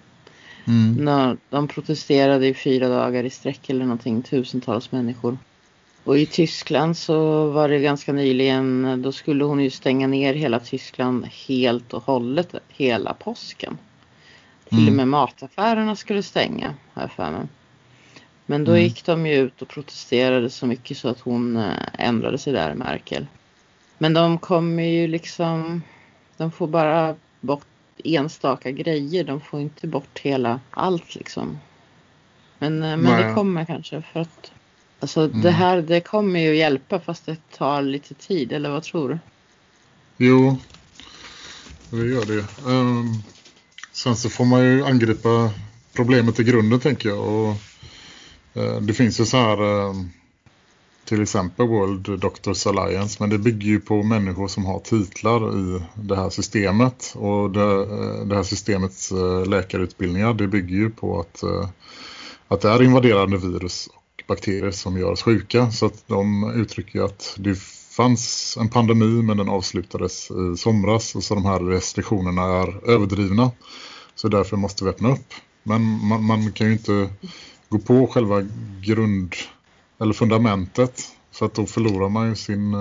Mm. De protesterade i fyra dagar i sträck eller någonting, tusentals människor. Och i Tyskland så var det ganska nyligen, då skulle hon ju stänga ner hela Tyskland helt och hållet hela påsken. Till mm. och med mataffärerna skulle stänga, har jag för mig. Men då mm. gick de ju ut och protesterade så mycket så att hon ändrade sig där, Merkel. Men de kommer ju liksom, de får bara bort enstaka grejer, de får inte bort hela allt liksom. Men, men det kommer kanske för att alltså mm. det här, det kommer ju hjälpa fast det tar lite tid, eller vad tror du? Jo, det gör det. Um, sen så får man ju angripa problemet i grunden, tänker jag. Och uh, det finns ju så här uh, till exempel World Doctors Alliance, men det bygger ju på människor som har titlar i det här systemet. Och det, uh, det här systemets uh, läkarutbildningar, det bygger ju på att, uh, att det är invaderande virus bakterier som gör oss sjuka, så att de uttrycker att det fanns en pandemi men den avslutades i somras, och så de här restriktionerna är överdrivna, så därför måste vi öppna upp. Men man, man kan ju inte gå på själva grund eller fundamentet, så att då förlorar man ju sin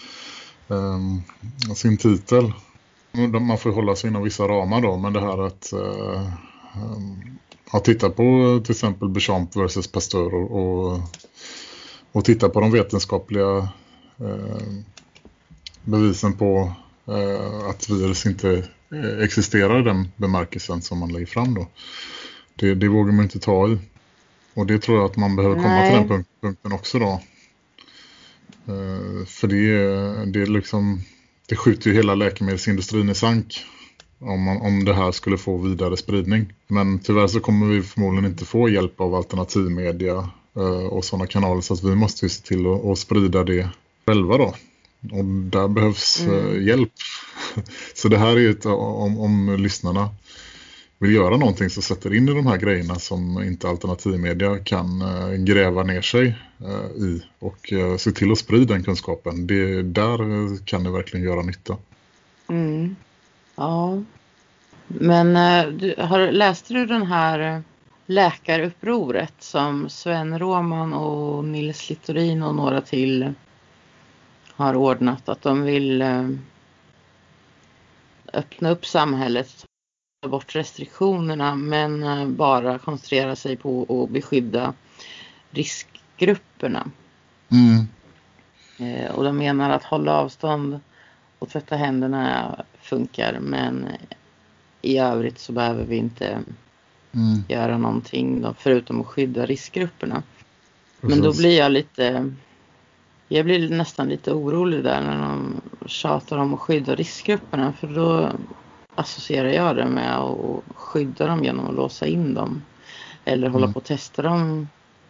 um, sin titel. Man får hålla sig inom vissa ramar då, men det här att uh, um, att titta på till exempel Béchamp versus Pasteur och, och, och titta på de vetenskapliga eh, bevisen på eh, att virus inte existerar i den bemärkelsen som man lägger fram då. Det, det vågar man inte ta i. Och det tror jag att man behöver komma Nej. till den punkt, punkten också då. Eh, för det, det är liksom, det skjuter ju hela läkemedelsindustrin i sank. Om, man, om det här skulle få vidare spridning. Men tyvärr så kommer vi förmodligen inte få hjälp av alternativmedia eh, och sådana kanaler, så att vi måste ju se till att, att sprida det själva då. Och där behövs mm. eh, hjälp. Så det här är ett, om, om lyssnarna vill göra någonting, så sätter in i de här grejerna som inte alternativmedia kan eh, gräva ner sig eh, i, och eh, se till att sprida den kunskapen. Det, där kan det verkligen göra nytta. Mm. Ja, men du, har, läste du den här läkarupproret som Sven Roman och Nils Littorin och några till har ordnat, att de vill öppna upp samhället, ta bort restriktionerna, men bara koncentrera sig på att beskydda riskgrupperna. Mm. Och de menar att hålla avstånd och tvätta händerna funkar, men i övrigt så behöver vi inte mm. göra någonting då, förutom att skydda riskgrupperna. Precis. Men då blir jag lite, jag blir nästan lite orolig där när de tjatar om att skydda riskgrupperna, för då associerar jag det med att skydda dem genom att låsa in dem eller hålla mm. på att testa dem.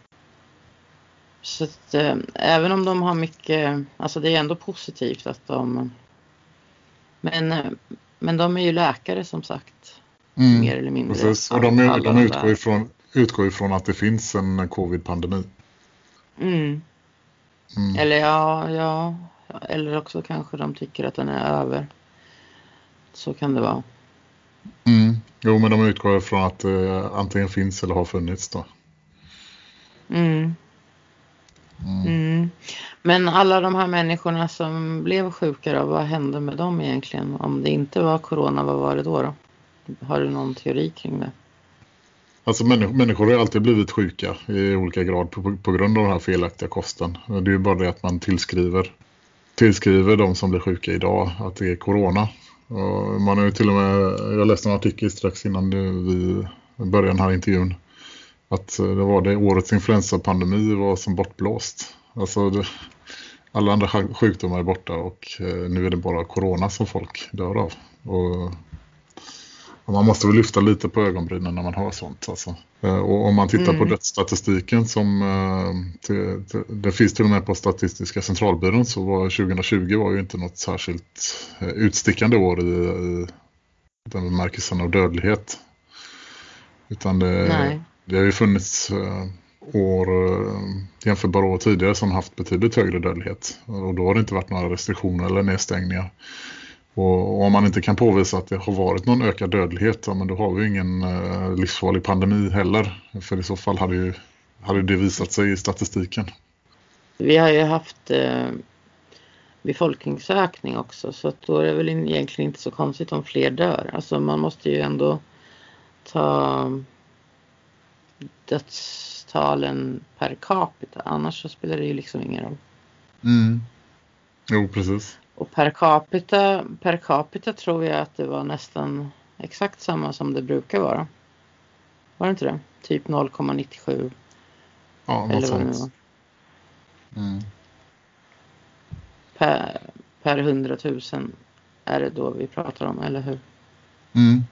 Så att, äh, även om de har mycket, alltså det är ändå positivt att de, men, men de är ju läkare som sagt, mm. mer eller mindre. Precis. Och de, är, de utgår, ifrån, utgår ifrån att det finns en covid-pandemi. Mm. Mm. Eller ja, ja, eller också kanske de tycker att den är över. Så kan det vara. Mm. Jo, men de utgår ifrån att det antingen finns eller har funnits då. Mm. Mm. Mm. Men alla de här människorna som blev sjuka då, vad hände med dem egentligen? Om det inte var corona, vad var det då då? Har du någon teori kring det? Alltså människor, människor har alltid blivit sjuka i olika grad på, på grund av den här felaktiga kosten. Det är ju bara det att man tillskriver, tillskriver de som blir sjuka idag att det är corona. Och man har ju till och med, jag läste en artikel strax innan vi började den här intervjun, att det var det årets influensapandemi var som bortblåst. Alltså det, alla andra sjukdomar är borta och nu är det bara corona som folk dör av. Och Och man måste väl lyfta lite på ögonbrynen när man hör sånt. Alltså. Och om man tittar mm. på dödsstatistiken som till, till, det finns till och med på Statistiska centralbyrån, så var tjugohundratjugo var ju inte något särskilt utstickande år i, i den bemärkelsen av dödlighet. Utan det, det har ju funnits år, jämförbara år tidigare som haft betydligt högre dödlighet. Och då har det inte varit några restriktioner eller nedstängningar. Och om man inte kan påvisa att det har varit någon ökad dödlighet, ja, men då har vi ingen eh, livsfarlig pandemi heller. För i så fall hade, ju, hade det visat sig i statistiken. Vi har ju haft eh, befolkningsökning också, så att då är det väl egentligen inte så konstigt om fler dör. Alltså man måste ju ändå ta dödstalen per capita, annars så spelar det ju liksom ingen roll. Mm. Jo, precis. Och per capita, per capita tror jag att det var nästan exakt samma som det brukar vara. Var det inte det? Typ noll komma nittiosju. Ja, något sånt. Mm. Per, per hundratusen är det då vi pratar om, eller hur? Mm.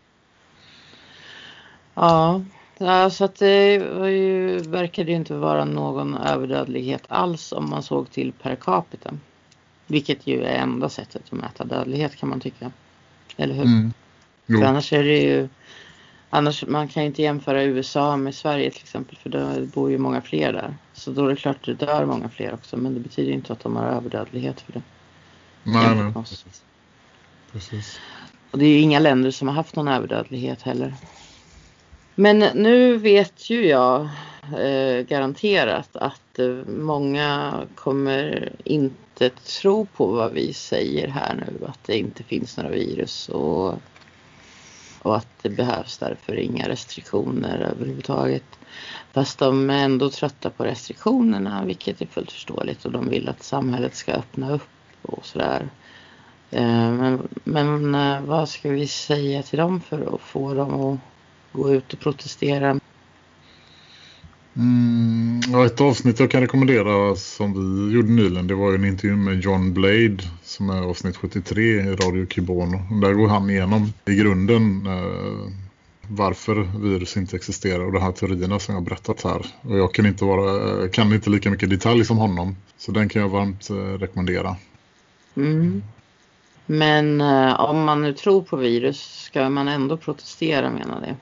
Ja, ja, så att det var ju, verkade ju inte vara någon överdödlighet alls om man såg till per capita. Vilket ju är enda sättet att mäta dödlighet, kan man tycka. Eller hur? Mm. För annars är det ju... Annars, man kan ju inte jämföra U S A med Sverige till exempel. För då bor ju många fler där. Så då är det klart att det dör många fler också. Men det betyder inte att de har överdödlighet för det. Nej, nej. Precis. Precis. Och det är ju inga länder som har haft någon överdödlighet heller. Men nu vet ju jag eh, garanterat att eh, många kommer inte tro på vad vi säger här nu. Att det inte finns några virus och, och att det behövs därför inga restriktioner överhuvudtaget. Fast de är ändå trötta på restriktionerna, vilket är fullt förståeligt. Och de vill att samhället ska öppna upp och sådär. Eh, men men eh, vad ska vi säga till dem för att få dem att gå ut och protestera? Mm, ja, ett avsnitt jag kan rekommendera som vi gjorde nyligen, det var ju en intervju med John Blade som är avsnitt sjuttiotre i Radio Kibono. Där går han igenom i grunden eh, varför virus inte existerar och de här teorierna som jag har berättat här. Och jag kan inte, vara, kan inte lika mycket detalj som honom, så den kan jag varmt eh, rekommendera. Mm. Men eh, om man nu tror på virus, ska man ändå protestera, menar det?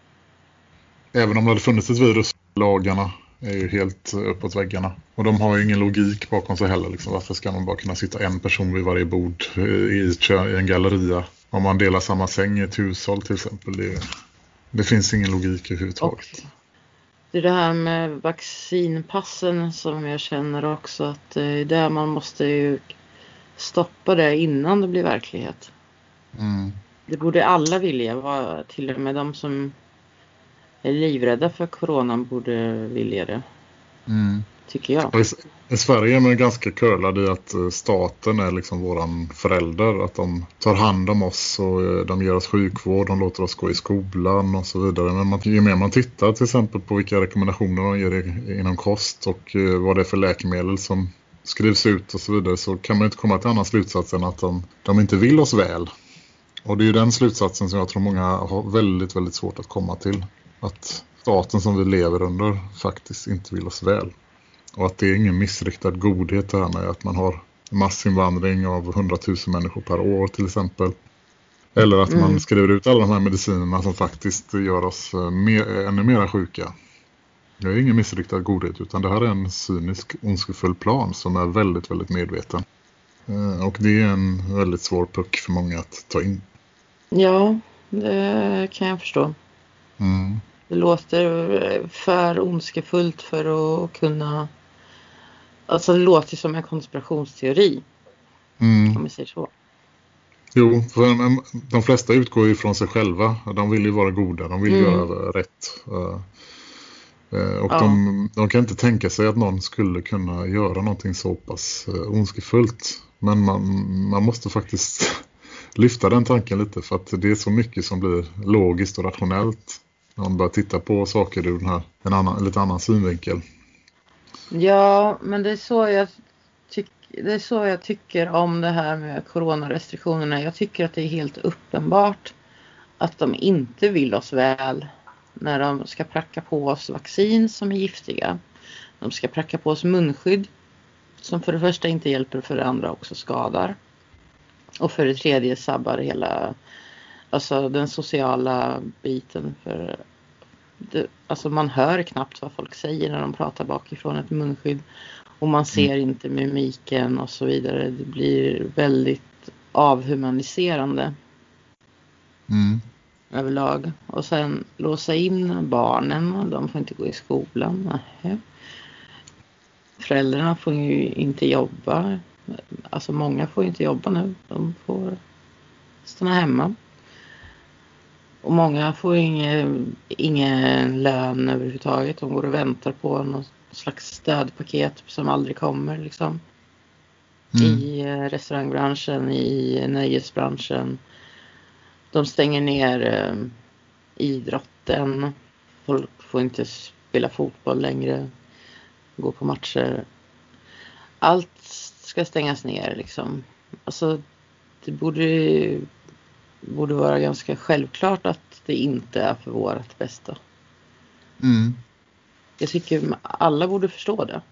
Även om det hade funnits ett virus, lagarna är ju helt uppåt väggarna. Och de har ju ingen logik bakom sig heller. Liksom. Varför ska man bara kunna sitta en person vid varje bord i, i en galleria? Om man delar samma säng i ett hushåll till exempel. Det, det finns ingen logik överhuvudtaget. Och det är det här med vaccinpassen som jag känner också att det är där man måste ju stoppa det innan det blir verklighet. Mm. Det borde alla vilja vara, till och med de som är livrädda för coronan borde vilja det. Mm. Tycker jag. I, I Sverige är man ganska curlad i att staten är liksom våran förälder. Att de tar hand om oss och de ger oss sjukvård, de låter oss gå i skolan och så vidare. Men man, ju mer man tittar till exempel på vilka rekommendationer de ger inom kost och vad det är för läkemedel som skrivs ut och så vidare, så kan man inte komma till annan slutsats än att de, de inte vill oss väl. Och det är ju den slutsatsen som jag tror många har väldigt, väldigt svårt att komma till. Att staten som vi lever under faktiskt inte vill oss väl. Och att det är ingen missriktad godhet det här med att man har massinvandring av hundratusen människor per år till exempel. Eller att mm. man skriver ut alla de här medicinerna som faktiskt gör oss mer, ännu mer sjuka. Det är ingen missriktad godhet, utan det här är en cynisk, ondskefull plan som är väldigt, väldigt medveten. Och det är en väldigt svår puck för många att ta in. Ja, det kan jag förstå. Mm. Det låter för ondskefullt för att kunna... Alltså det låter som en konspirationsteori. Mm. Om vi säger så. Jo, för de flesta utgår ju från sig själva. De vill ju vara goda, de vill mm. göra rätt. Och ja. de, de kan inte tänka sig att någon skulle kunna göra någonting så pass ondskefullt. Men man, man måste faktiskt lyfta den tanken lite, för att det är så mycket som blir logiskt och rationellt. Man börjar titta på saker ur den här, en annan, lite annan synvinkel. Ja, men det är så jag tycker, det är så jag tycker om det här med coronarestriktionerna. Jag tycker att det är helt uppenbart att de inte vill oss väl när de ska pracka på oss vaccin som är giftiga. De ska pracka på oss munskydd som för det första inte hjälper och för det andra också skadar. Och för det tredje sabbar hela, alltså den sociala biten. För det, alltså man hör knappt vad folk säger när de pratar bakifrån ett munskydd. Och man ser mm. inte mimiken och så vidare. Det blir väldigt avhumaniserande. Mm. Överlag. Och sen låsa in barnen. De får inte gå i skolan. Nej. Föräldrarna får ju inte jobba. Alltså många får inte jobba nu. De får stanna hemma. Och många får ingen, ingen lön överhuvudtaget. De går och väntar på något slags stödpaket som aldrig kommer. Liksom. Mm. I restaurangbranschen, i nöjesbranschen. De stänger ner eh, idrotten. Folk får inte spela fotboll längre. Gå på matcher. Allt ska stängas ner liksom. Alltså det borde, borde vara ganska självklart att det inte är för vårt bästa. Mm. Jag tycker alla borde förstå det.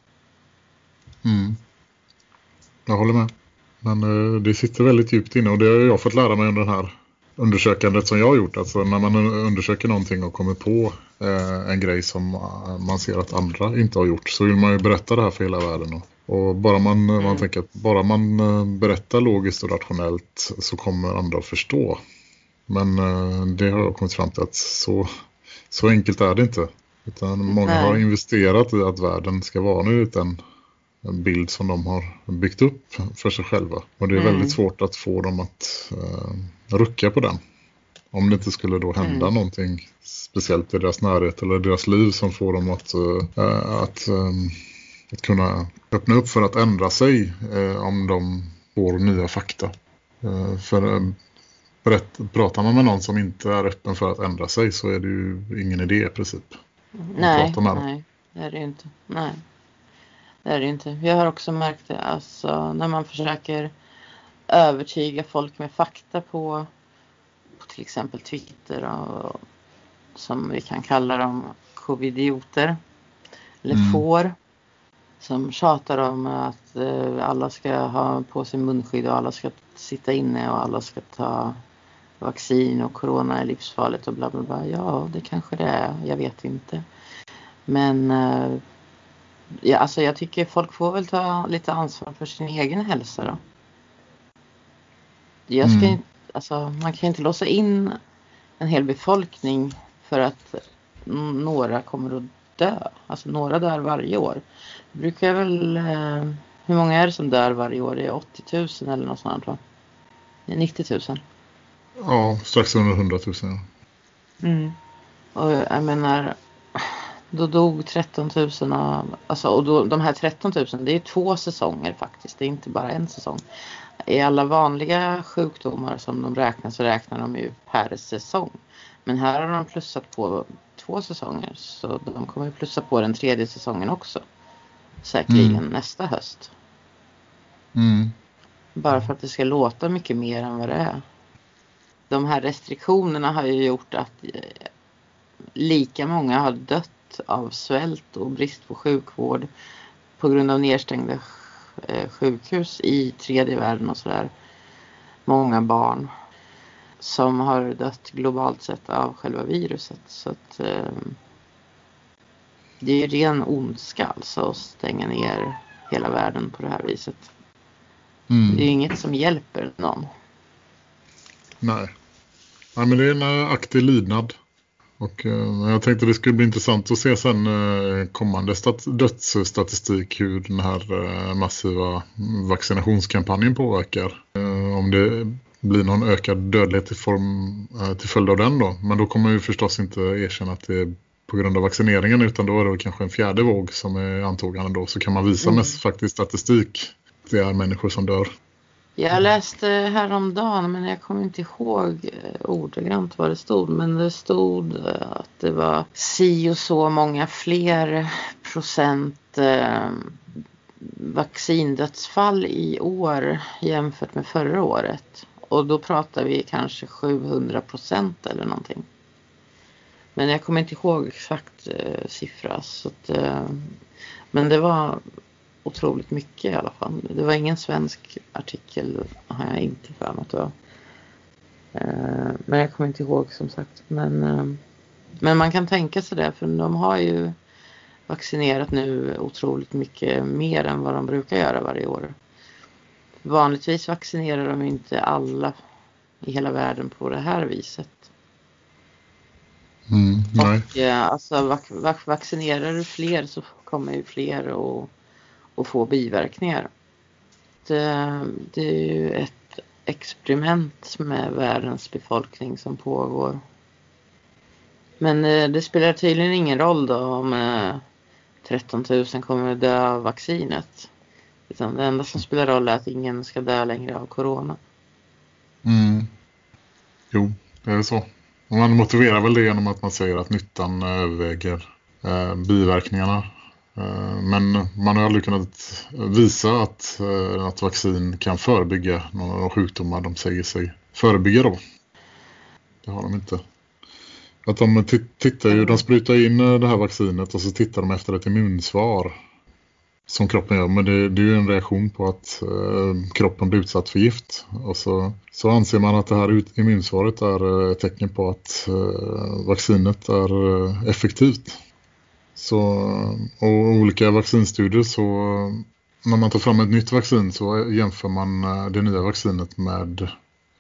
Mm. Jag håller med. Men uh, det sitter väldigt djupt inne och det har jag fått lära mig under den här undersökandet som jag har gjort. Alltså när man undersöker någonting och kommer på eh, en grej som man ser att andra inte har gjort så vill man ju berätta det här för hela världen. Och, och bara man, mm. man tänker att bara man berättar logiskt och rationellt så kommer andra att förstå. Men eh, det har jag kommit fram till att så, så enkelt är det inte. Utan många Nej. har investerat i att världen ska vara nu utan en bild som de har byggt upp för sig själva. Och det är mm. väldigt svårt att få dem att uh, rucka på den. Om det inte skulle då hända mm. någonting speciellt i deras närhet eller deras liv som får dem att, uh, att, um, att kunna öppna upp för att ändra sig uh, om de får nya fakta. Uh, för uh, berätt, pratar man med någon som inte är öppen för att ändra sig så är det ju ingen idé i princip. Nej, nej, det är det inte. Nej. Det är det inte. Jag har också märkt det. Alltså, när man försöker övertyga folk med fakta på, på till exempel Twitter och, som vi kan kalla dem covidioter eller mm. får som tjatar om att eh, alla ska ha på sig munskydd och alla ska sitta inne och alla ska ta vaccin och corona är livsfarligt och bla bla bla. Ja, det kanske det är. Jag vet inte. Men eh, ja, alltså jag tycker folk får väl ta lite ansvar för sin egen hälsa då. Jag ska mm. inte, alltså, man kan inte låsa in en hel befolkning för att några kommer att dö. Alltså några dör varje år. Det brukar väl, eh, hur många är det som dör varje år? Det är åttio tusen eller något sånt va? Det är nittio tusen. Ja, strax under hundra tusen. Mm. Och jag menar, då dog tretton tusen av, alltså, och då, de här tretton tusen, det är två säsonger faktiskt, det är inte bara en säsong. I alla vanliga sjukdomar som de räknar så räknar de ju per säsong. Men här har de plussat på två säsonger, så de kommer plussa på den tredje säsongen också. Säkerligen mm. nästa höst. Mm. Bara för att det ska låta mycket mer än vad det är. De här restriktionerna har ju gjort att lika många har dött av svält och brist på sjukvård på grund av nedstängda sjukhus i tredje världen och sådär. Många barn som har dött globalt sett av själva viruset. Så att eh, det är ju ren ondska alltså att stänga ner hela världen på det här viset. Mm. Det är ju inget som hjälper någon. Nej. Nej, men det är en aktiv lydnad. Och eh, jag tänkte det skulle bli intressant att se sen eh, kommande stat- dödsstatistik hur den här eh, massiva vaccinationskampanjen påverkar. Eh, om det blir någon ökad dödlighet i form, eh, till följd av den då. Men då kommer man ju förstås inte erkänna att det är på grund av vaccineringen utan då är det kanske en fjärde våg som är antagande då. Så kan man visa mm. med faktiskt statistik att det är människor som dör. Jag läste häromdagen men jag kommer inte ihåg ordagrant vad det stod. Men det stod att det var si och så många fler procent eh, vaccindödsfall i år jämfört med förra året. Och då pratar vi kanske sjuhundra procent eller någonting. Men jag kommer inte ihåg exakt eh, siffra. Så att, eh, men det var otroligt mycket i alla fall. Det var ingen svensk artikel, har jag inte för mig att det var. Eh, men jag kommer inte ihåg som sagt. Men, eh, men man kan tänka sig det, för de har ju vaccinerat nu otroligt mycket mer än vad de brukar göra varje år. Vanligtvis vaccinerar de inte alla i hela världen på det här viset. Mm, nej. Och eh, alltså vac- vac- vaccinerar du fler så kommer ju fler att, att få biverkningar. Det, det är ju ett experiment med världens befolkning som pågår. Men eh, det spelar tydligen ingen roll då om eh, tretton tusen kommer att dö av vaccinet. Utan det enda som spelar roll är att ingen ska dö längre av corona. Mm. Jo, det är så. Och man motiverar väl det genom att man säger att nyttan överväger eh, biverkningarna. Eh, men man har aldrig kunnat visa att, eh, att vaccin kan förebygga några av de sjukdomar de säger sig förebygga då. Det har de inte. Att de t- tittar ju, de sprutar in det här vaccinet och så tittar de efter ett immunsvar som kroppen gör. Men det, det är ju en reaktion på att eh, kroppen blir utsatt för gift. Och så, så anser man att det här ut, immunsvaret är ett tecken på att eh, vaccinet är eh, effektivt. Så, och olika vaccinstudier, så när man tar fram ett nytt vaccin så jämför man det nya vaccinet med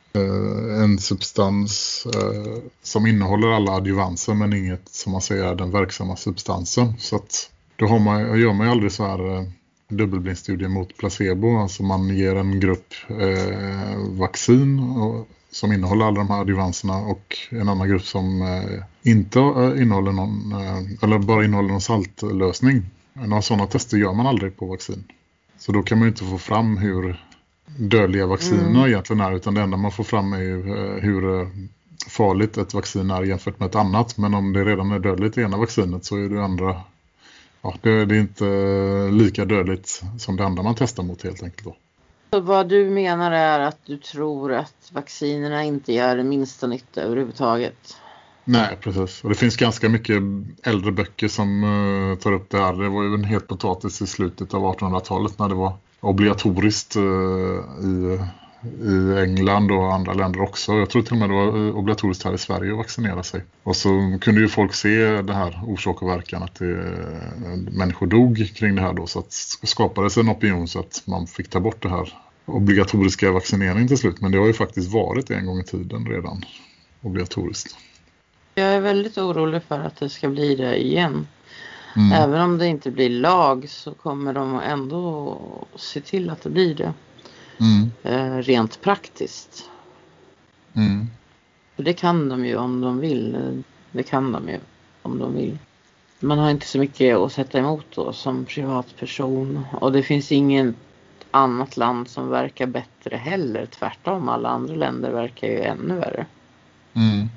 en substans eh, som innehåller alla adjuvanser men inget som man säger är den verksamma substansen. Så att då har man, gör man ju aldrig så här eh, dubbelblindstudier mot placebo. Alltså man ger en grupp eh, vaccin och, som innehåller alla de här adjuvanserna och en annan grupp som eh, inte eh, innehåller någon eh, eller bara innehåller någon saltlösning. Några sådana tester gör man aldrig på vaccin. Så då kan man ju inte få fram hur dödliga vaccinerna mm. egentligen är, utan det enda man får fram är ju hur farligt ett vaccin är jämfört med ett annat. Men om det redan är dödligt i ena vaccinet så är det andra, ja, det, det är inte lika dödligt som det andra man testar mot helt enkelt då. Så vad du menar är att du tror att vaccinerna inte gör det minsta nytta överhuvudtaget? Nej, precis. Och det finns ganska mycket äldre böcker som uh, tar upp det här. Det var ju en het potatis i slutet av artonhundratalet när det var obligatoriskt uh, i, i England och andra länder också. Jag tror till och med det var obligatoriskt här i Sverige att vaccinera sig. Och så kunde ju folk se det här orsak och verkan, att det, uh, människor dog kring det här då. Så att skapades en opinion så att man fick ta bort det här obligatoriska vaccineringen till slut. Men det har ju faktiskt varit en gång i tiden redan obligatoriskt. Jag är väldigt orolig för att det ska bli det igen. Mm. Även om det inte blir lag så kommer de ändå se till att det blir det. Mm. Eh, rent praktiskt. Mm. För det kan de ju om de vill. Det kan de ju om de vill. Man har inte så mycket att sätta emot då som privatperson. Och det finns ingen annat land som verkar bättre heller. Tvärtom, alla andra länder verkar ju ännu värre. Mm.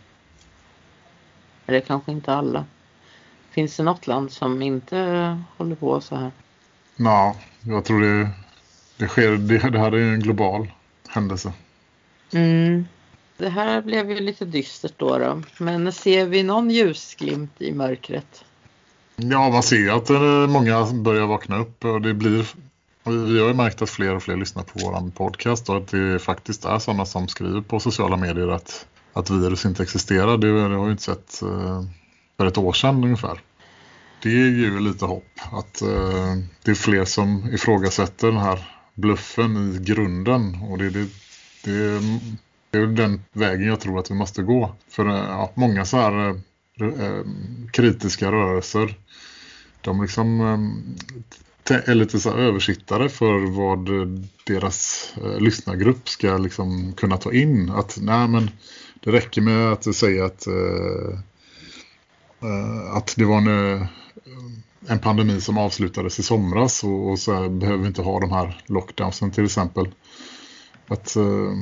Eller kanske inte alla. Finns det något land som inte håller på så här? Ja, jag tror det, det sker. Det, det här är en global händelse. Mm. Det här blev ju lite dystert då, då. Men ser vi någon ljusglimt i mörkret? Ja, man ser att många börjar vakna upp. Och det blir, vi har ju märkt att fler och fler lyssnar på vår podcast. Och att det faktiskt är sådana som skriver på sociala medier att att virus inte existerar. Det, det har vi inte sett eh, för ett år sedan ungefär. Det ger ju lite hopp att eh, det är fler som ifrågasätter den här bluffen i grunden. Och det, det, det, det är den vägen jag tror att vi måste gå. För eh, ja, många så här eh, kritiska rörelser, de liksom eh, är lite så här översittare för vad deras eh, lyssnargrupp ska liksom kunna ta in. Att nej men det räcker med att säga att, uh, uh, att det var en, en pandemi som avslutades i somras och, och så här, behöver vi inte ha de här lockdownsen till exempel. Att, uh,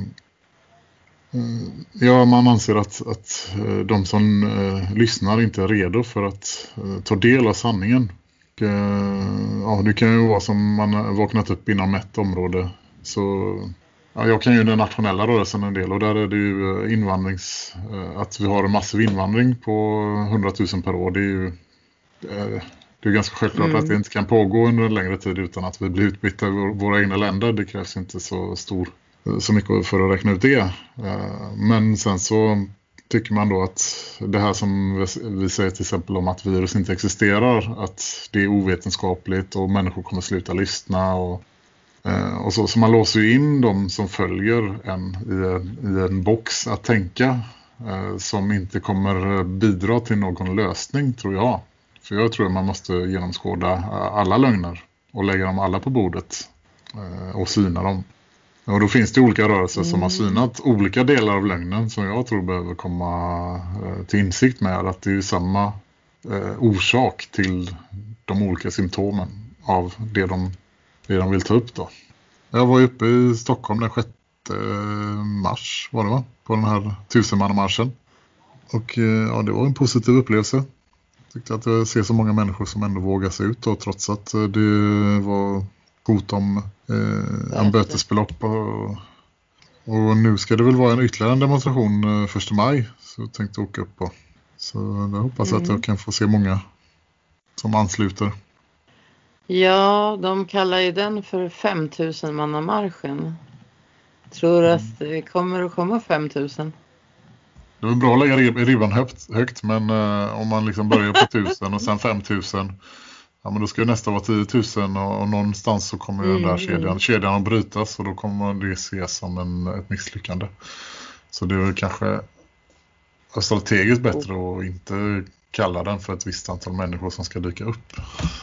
uh, ja, man anser att, att uh, de som uh, lyssnar inte är redo för att uh, ta del av sanningen. Och, uh, ja, det kan ju vara som man har vaknat upp inom ett område så Ja, jag kan ju den nationella rörelsen en del och där är det ju invandrings... Att vi har en massiv invandring på hundratusen per år. Det är ju det är ganska självklart mm. att det inte kan pågå under en längre tid utan att vi blir utbytta i våra egna länder. Det krävs inte så stor så mycket för att räkna ut det. Men sen så tycker man då att det här som vi säger till exempel om att virus inte existerar, att det är ovetenskapligt och människor kommer sluta lyssna och Och så, så man låser ju in de som följer en i, en i en box att tänka eh, som inte kommer bidra till någon lösning, tror jag. För jag tror att man måste genomskåda alla lögner och lägga dem alla på bordet eh, och syna dem. Och då finns det olika rörelser mm. som har synat olika delar av lögnen som jag tror behöver komma eh, till insikt med att det är samma eh, orsak till de olika symptomen av det de det de vill ta upp då. Jag var uppe i Stockholm den sjätte mars var det va? På den här tusenmannamarschen. Och ja, det var en positiv upplevelse. Jag tyckte att jag ser så många människor som ändå vågar sig ut då, trots att det var hot om eh, en bötesbelopp. Och, och nu ska det väl vara en ytterligare en demonstration första maj. Så jag tänkte åka upp på. Så jag hoppas mm. att jag kan få se många som ansluter. Ja, de kallar ju den för femtusen mannamarschen. Tror du mm. att det kommer att komma femtusen? Det är bra att lägga ribban högt, högt men eh, om man liksom börjar på tusen och sen femtusen, ja men då ska ju nästa vara tiotusen och, och någonstans så kommer mm. den där kedjan, kedjan att brytas och då kommer det ses som en, ett misslyckande. Så det är väl kanske strategiskt bättre oh. att inte kalla den för ett visst antal människor som ska dyka upp.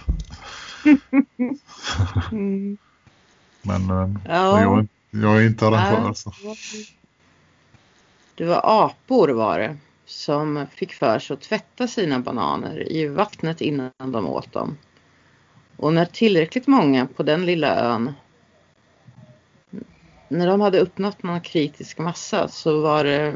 mm. Men ja. jag, jag är inte arrangör. Så. Det var apor var det som fick för sig att tvätta sina bananer i vattnet innan de åt dem. Och när tillräckligt många på den lilla ön, när de hade uppnått någon kritisk massa, så var det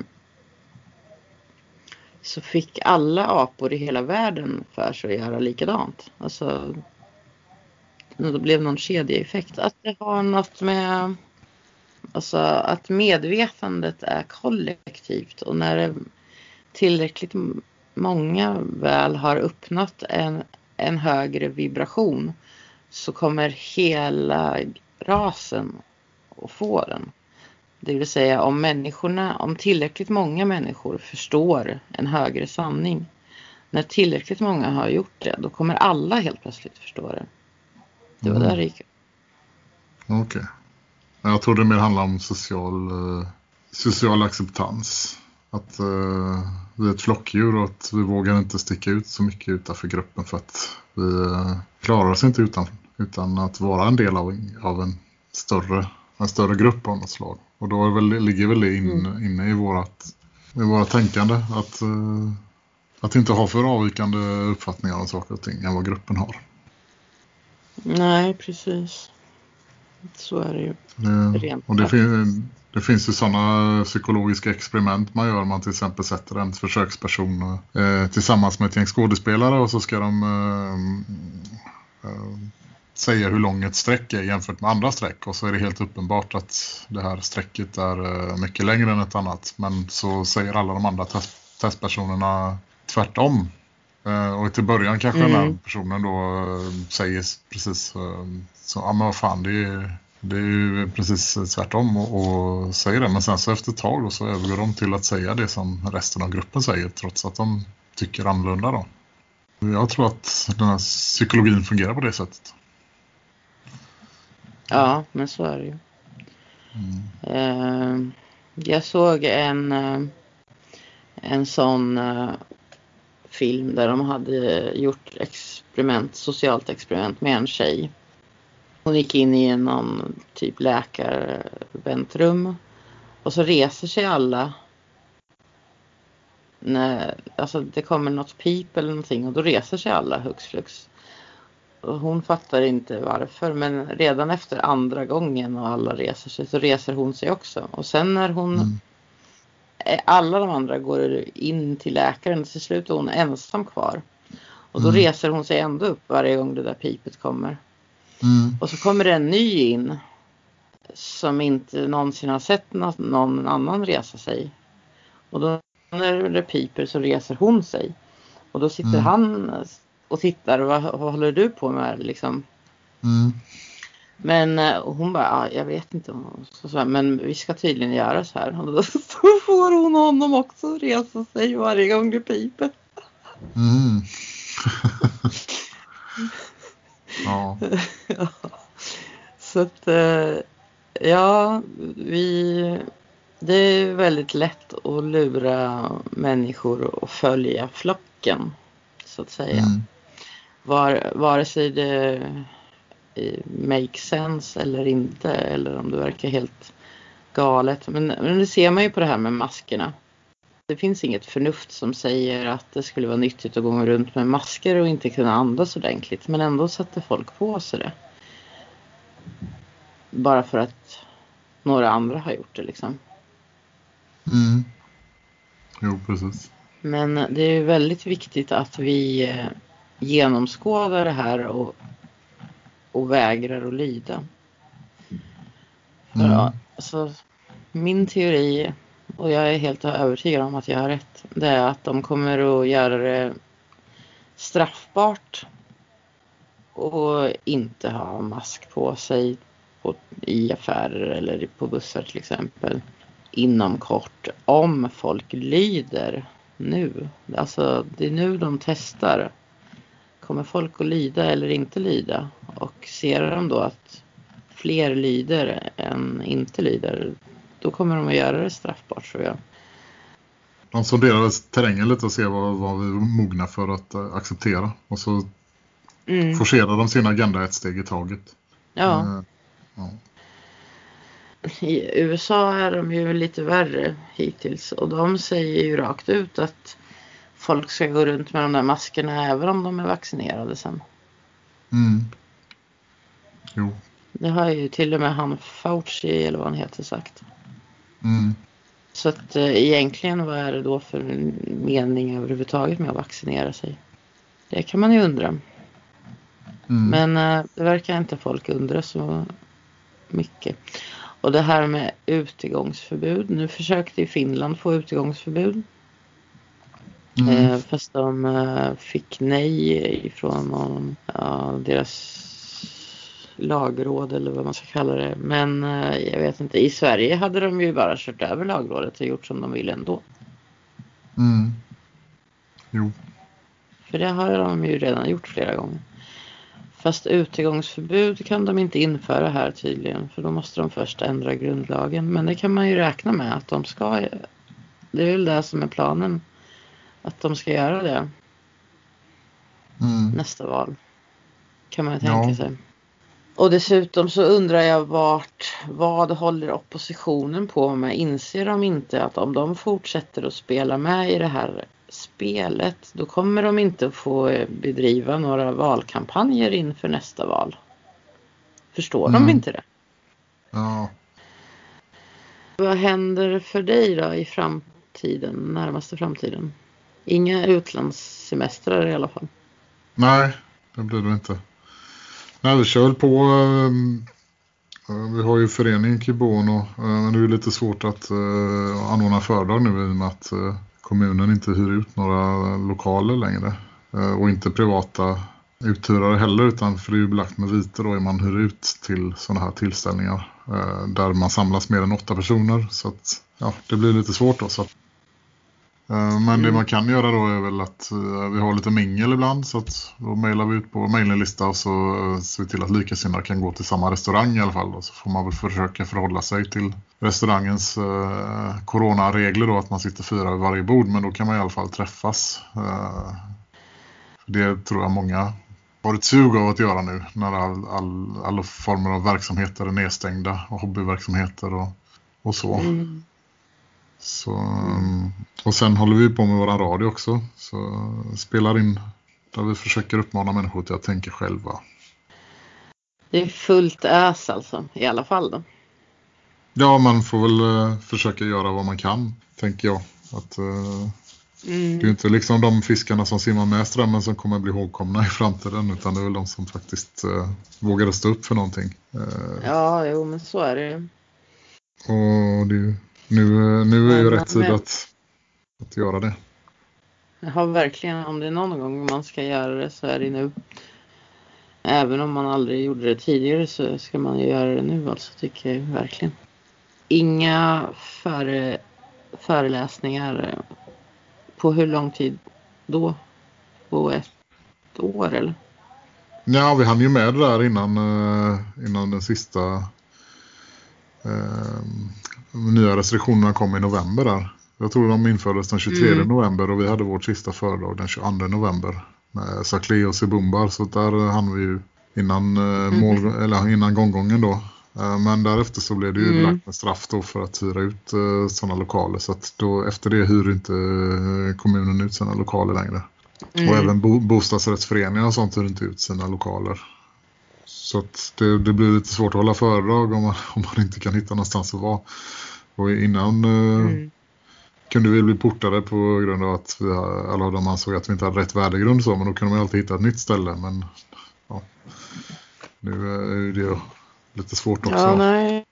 så fick alla apor i hela världen för sig att göra likadant. Alltså det blev någon kedjeeffekt. Att det har något med alltså att medvetandet är kollektivt och när det tillräckligt många väl har uppnått en, en högre vibration så kommer hela rasen att få den. Det vill säga om människorna, om tillräckligt många människor förstår en högre sanning, när tillräckligt många har gjort det, då kommer alla helt plötsligt förstå det. Det var mm. där det gick. Okej. Okay. Jag tror det mer handlar om social, eh, social acceptans. Att eh, vi är ett flockdjur och att vi vågar inte sticka ut så mycket utanför gruppen för att vi eh, klarar oss inte utan, utan att vara en del av, av en, större, en större grupp av något slag. Och då är väl, ligger väl det in, mm. inne i vårat, i våra tänkande att, eh, att inte ha för avvikande uppfattningar om saker och ting än vad gruppen har. Nej, precis. Så är det ju. Det, och det, fin, det finns ju sådana psykologiska experiment man gör. Man till exempel sätter en försöksperson eh, tillsammans med ett gäng skådespelare och så ska de eh, eh, säga hur långt ett streck är jämfört med andra streck. Och så är det helt uppenbart att det här strecket är eh, mycket längre än ett annat. Men så säger alla de andra test, testpersonerna tvärtom. Uh, och till början kanske mm. den här personen då uh, säger precis uh, så, ja men vad fan, det är, det är ju precis tvärtom och, och säger det. Men sen så efter ett tag då, så övergår de till att säga det som resten av gruppen säger trots att de tycker annorlunda då. Jag tror att den här psykologin fungerar på det sättet. Ja, men så är det ju. Mm. Uh, jag såg en, uh, en sån... Uh, film där de hade gjort experiment, socialt experiment med en tjej. Hon gick in i någon typ läkarväntrum och så reser sig alla när alltså det kommer något pip eller någonting och då reser sig alla hux flux. Och hon fattar inte varför, men redan efter andra gången och alla reser sig så reser hon sig också. Och sen när hon mm. alla de andra går in till läkaren, till slut är hon ensam kvar. Och då mm. reser hon sig ändå upp varje gång det där pipet kommer. Mm. Och så kommer det en ny in som inte någonsin har sett någon annan resa sig. Och då när det piper så reser hon sig. Och då sitter mm. han och tittar. Vad, vad håller du på med liksom? Mm. Men och hon bara, ja, jag vet inte. Så, så, men vi ska tydligen göra så här. Och då så får hon honom också resa sig varje gång det piper. Mm. Ja. Ja. Så att, ja, vi... Det är väldigt lätt att lura människor och följa flocken, så att säga. Mm. Var, vare sig det make sense eller inte, eller om det verkar helt galet. Men, men det ser man ju på det här med maskerna. Det finns inget förnuft som säger att det skulle vara nyttigt att gå runt med masker och inte kunna andas ordentligt. Men ändå sätter folk på sig det. Bara för att några andra har gjort det liksom. Mm. Jo, precis. Men det är väldigt viktigt att vi genomskådar det här och, och vägrar att lyda. Mm. För, alltså, min teori, och jag är helt övertygad om att jag har rätt, det är att de kommer att göra det straffbart och inte ha mask på sig på, i affärer eller på bussar till exempel. Inom kort, om folk lyder nu. Alltså det är nu de testar. Kommer folk att lyda eller inte lyda? Och ser de då att fler lyder än inte lyder, då kommer de att göra det straffbart, tror jag. De sonderar terrängen lite och ser vad, vad vi är mogna för att uh, acceptera. Och så mm. forcerar de sin agenda ett steg i taget. Ja. Uh, ja. I U S A är de ju lite värre hittills. Och de säger ju rakt ut att folk ska gå runt med de där maskerna även om de är vaccinerade sen. Mm. Jo. Det har ju till och med han Fauci eller vad han heter sagt. Mm. Så att äh, egentligen vad är det då för mening överhuvudtaget med att vaccinera sig? Det kan man ju undra. Mm. Men äh, det verkar inte folk undra så mycket. Och det här med utegångsförbud. Nu försökte i Finland få utegångsförbud. Mm. Eh, fast de eh, fick nej ifrån om, ja, deras lagråd eller vad man ska kalla det. Men eh, jag vet inte. I Sverige hade de ju bara kört över lagrådet och gjort som de ville ändå. Mm. Jo. För det har de ju redan gjort flera gånger. Fast utegångsförbud kan de inte införa här tydligen. För då måste de först ändra grundlagen. Men det kan man ju räkna med att de ska. Det är väl det som är planen. Att de ska göra det. Mm. Nästa val. Kan man ju tänka ja. sig. Och dessutom så undrar jag vart. Vad håller oppositionen på med? Inser de inte att om de fortsätter att spela med i det här spelet, då kommer de inte att få bedriva några valkampanjer inför nästa val. Förstår mm. de inte det? Ja. Vad händer för dig då i framtiden, närmaste framtiden? Inga utlandssemestrar i alla fall. Nej, det blir det inte. Nej, vi kör på. Vi har ju föreningen Kibono, men det är ju lite svårt att anordna föredrag nu i och med att kommunen inte hyr ut några lokaler längre. Och inte privata uthyrare heller, utan för det är ju belagt med vite då är man hyr ut till sådana här tillställningar där man samlas mer än åtta personer. Så att, ja, det blir lite svårt då. Så att, men mm. det man kan göra då är väl att vi har lite mingel ibland, så att då mejlar vi ut på mejllista och så ser vi till att likasinnade kan gå till samma restaurang i alla fall. Och så får man väl försöka förhålla sig till restaurangens eh, coronaregler då, att man sitter fyra vid varje bord, men då kan man i alla fall träffas. Eh, det tror jag många har ett sug av att göra nu när all, all, alla former av verksamheter är nedstängda och hobbyverksamheter och, och så. Mm. Så, och sen håller vi på med våra radio också. Så spelar in där vi försöker uppmana människor till att tänka själva. Det är fullt ös alltså, i alla fall då. Ja, man får väl uh, försöka göra vad man kan, tänker jag. Att uh, Mm. Det är ju inte liksom de fiskarna som simmar med strömmen som kommer bli ihågkomna i framtiden, utan det är väl de som faktiskt eh, vågade stå upp för någonting. Eh, Ja, jo, men så är det ju. och det är ju, nu, nu är ju Men- rätt tid men- att, att göra det. Ja, verkligen. Om det är någon gång man ska göra det så är det nu. Även om man aldrig gjorde det tidigare så ska man ju göra det nu, alltså, tycker jag verkligen. Inga före, föreläsningar på hur lång tid då? På ett år eller? Ja, vi hann ju med det där innan, eh, innan den sista eh, nya restriktionerna kom i november där. Jag tror de infördes den tjugotredje Mm. november och vi hade vårt sista föredrag den tjugoandra november med Sakli och Sebumbar, så där hann vi ju innan, eh, mål, eller innan gånggången då. Eh, men därefter så blev det ju Mm. lagt med straff då för att hyra ut eh, sådana lokaler, så att då efter det hyr inte eh, kommunen ut sina lokaler längre. Mm. Och även bo- bostadsrättsföreningar och sånt hyr inte ut sina lokaler. Så att det, det blir lite svårt att hålla föredrag om man, om man inte kan hitta någonstans att vara. Och innan eh, Mm. kunde vi bli portade på grund av att vi, alla av dem ansåg att vi inte hade rätt värdegrund, så, men då kunde man alltid hitta ett nytt ställe. Men ja, nu är det lite svårt också. Ja, nej.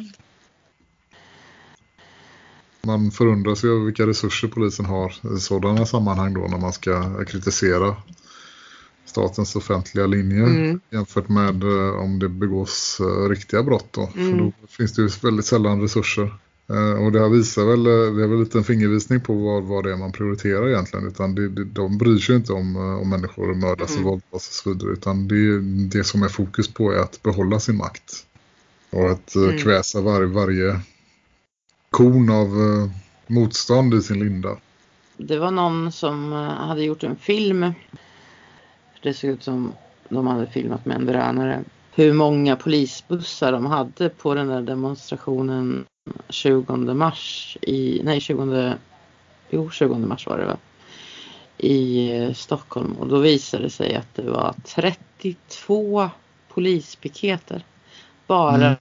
Man förundras ju över vilka resurser polisen har i sådana sammanhang då, när man ska kritisera statens offentliga linje Mm. jämfört med eh, om det begås eh, riktiga brott då. Mm. För då finns det ju väldigt sällan resurser. Eh, och det här visar väl, eh, det är väl lite en fingervisning på vad, vad det är man prioriterar egentligen. Utan det, det, de bryr sig inte om, eh, om människor mördas Mm. och våldtas och så vidare. Utan det, det som är fokus på är att behålla sin makt. Och att eh, Mm. kväsa var, varje kon av eh, motstånd i sin linda. Det var någon som eh, hade gjort en film. Det såg ut som de hade filmat med en drönare. Hur många polisbussar de hade på den där demonstrationen tjugonde mars i, nej tjugonde, jo tjugonde mars var det va? I eh, Stockholm. Och då visade det sig att det var trettiotvå polispiketer bara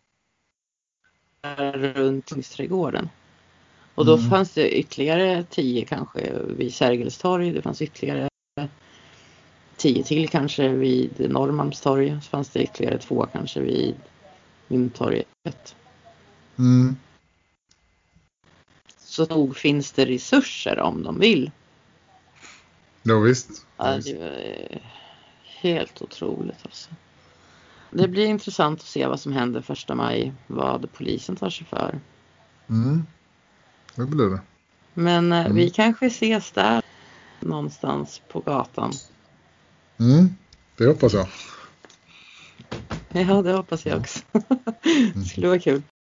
runt Kungsträdgården. Och då Mm. fanns det ytterligare tio kanske vid Sergels torg. Det fanns ytterligare tio till kanske vid Norrmalmstorg. Så fanns det ytterligare två kanske vid Mynttorget. Mm. Så nog finns det resurser om de vill. Ja visst. Ja, Ja, visst. det var helt otroligt alltså. Det blir intressant att se vad som händer första maj. Vad polisen tar sig för. Mm. Det blir det. Men eh, Mm. vi kanske ses där någonstans på gatan. Mm. Det hoppas jag. Ja, det hoppas jag också. Det skulle vara kul.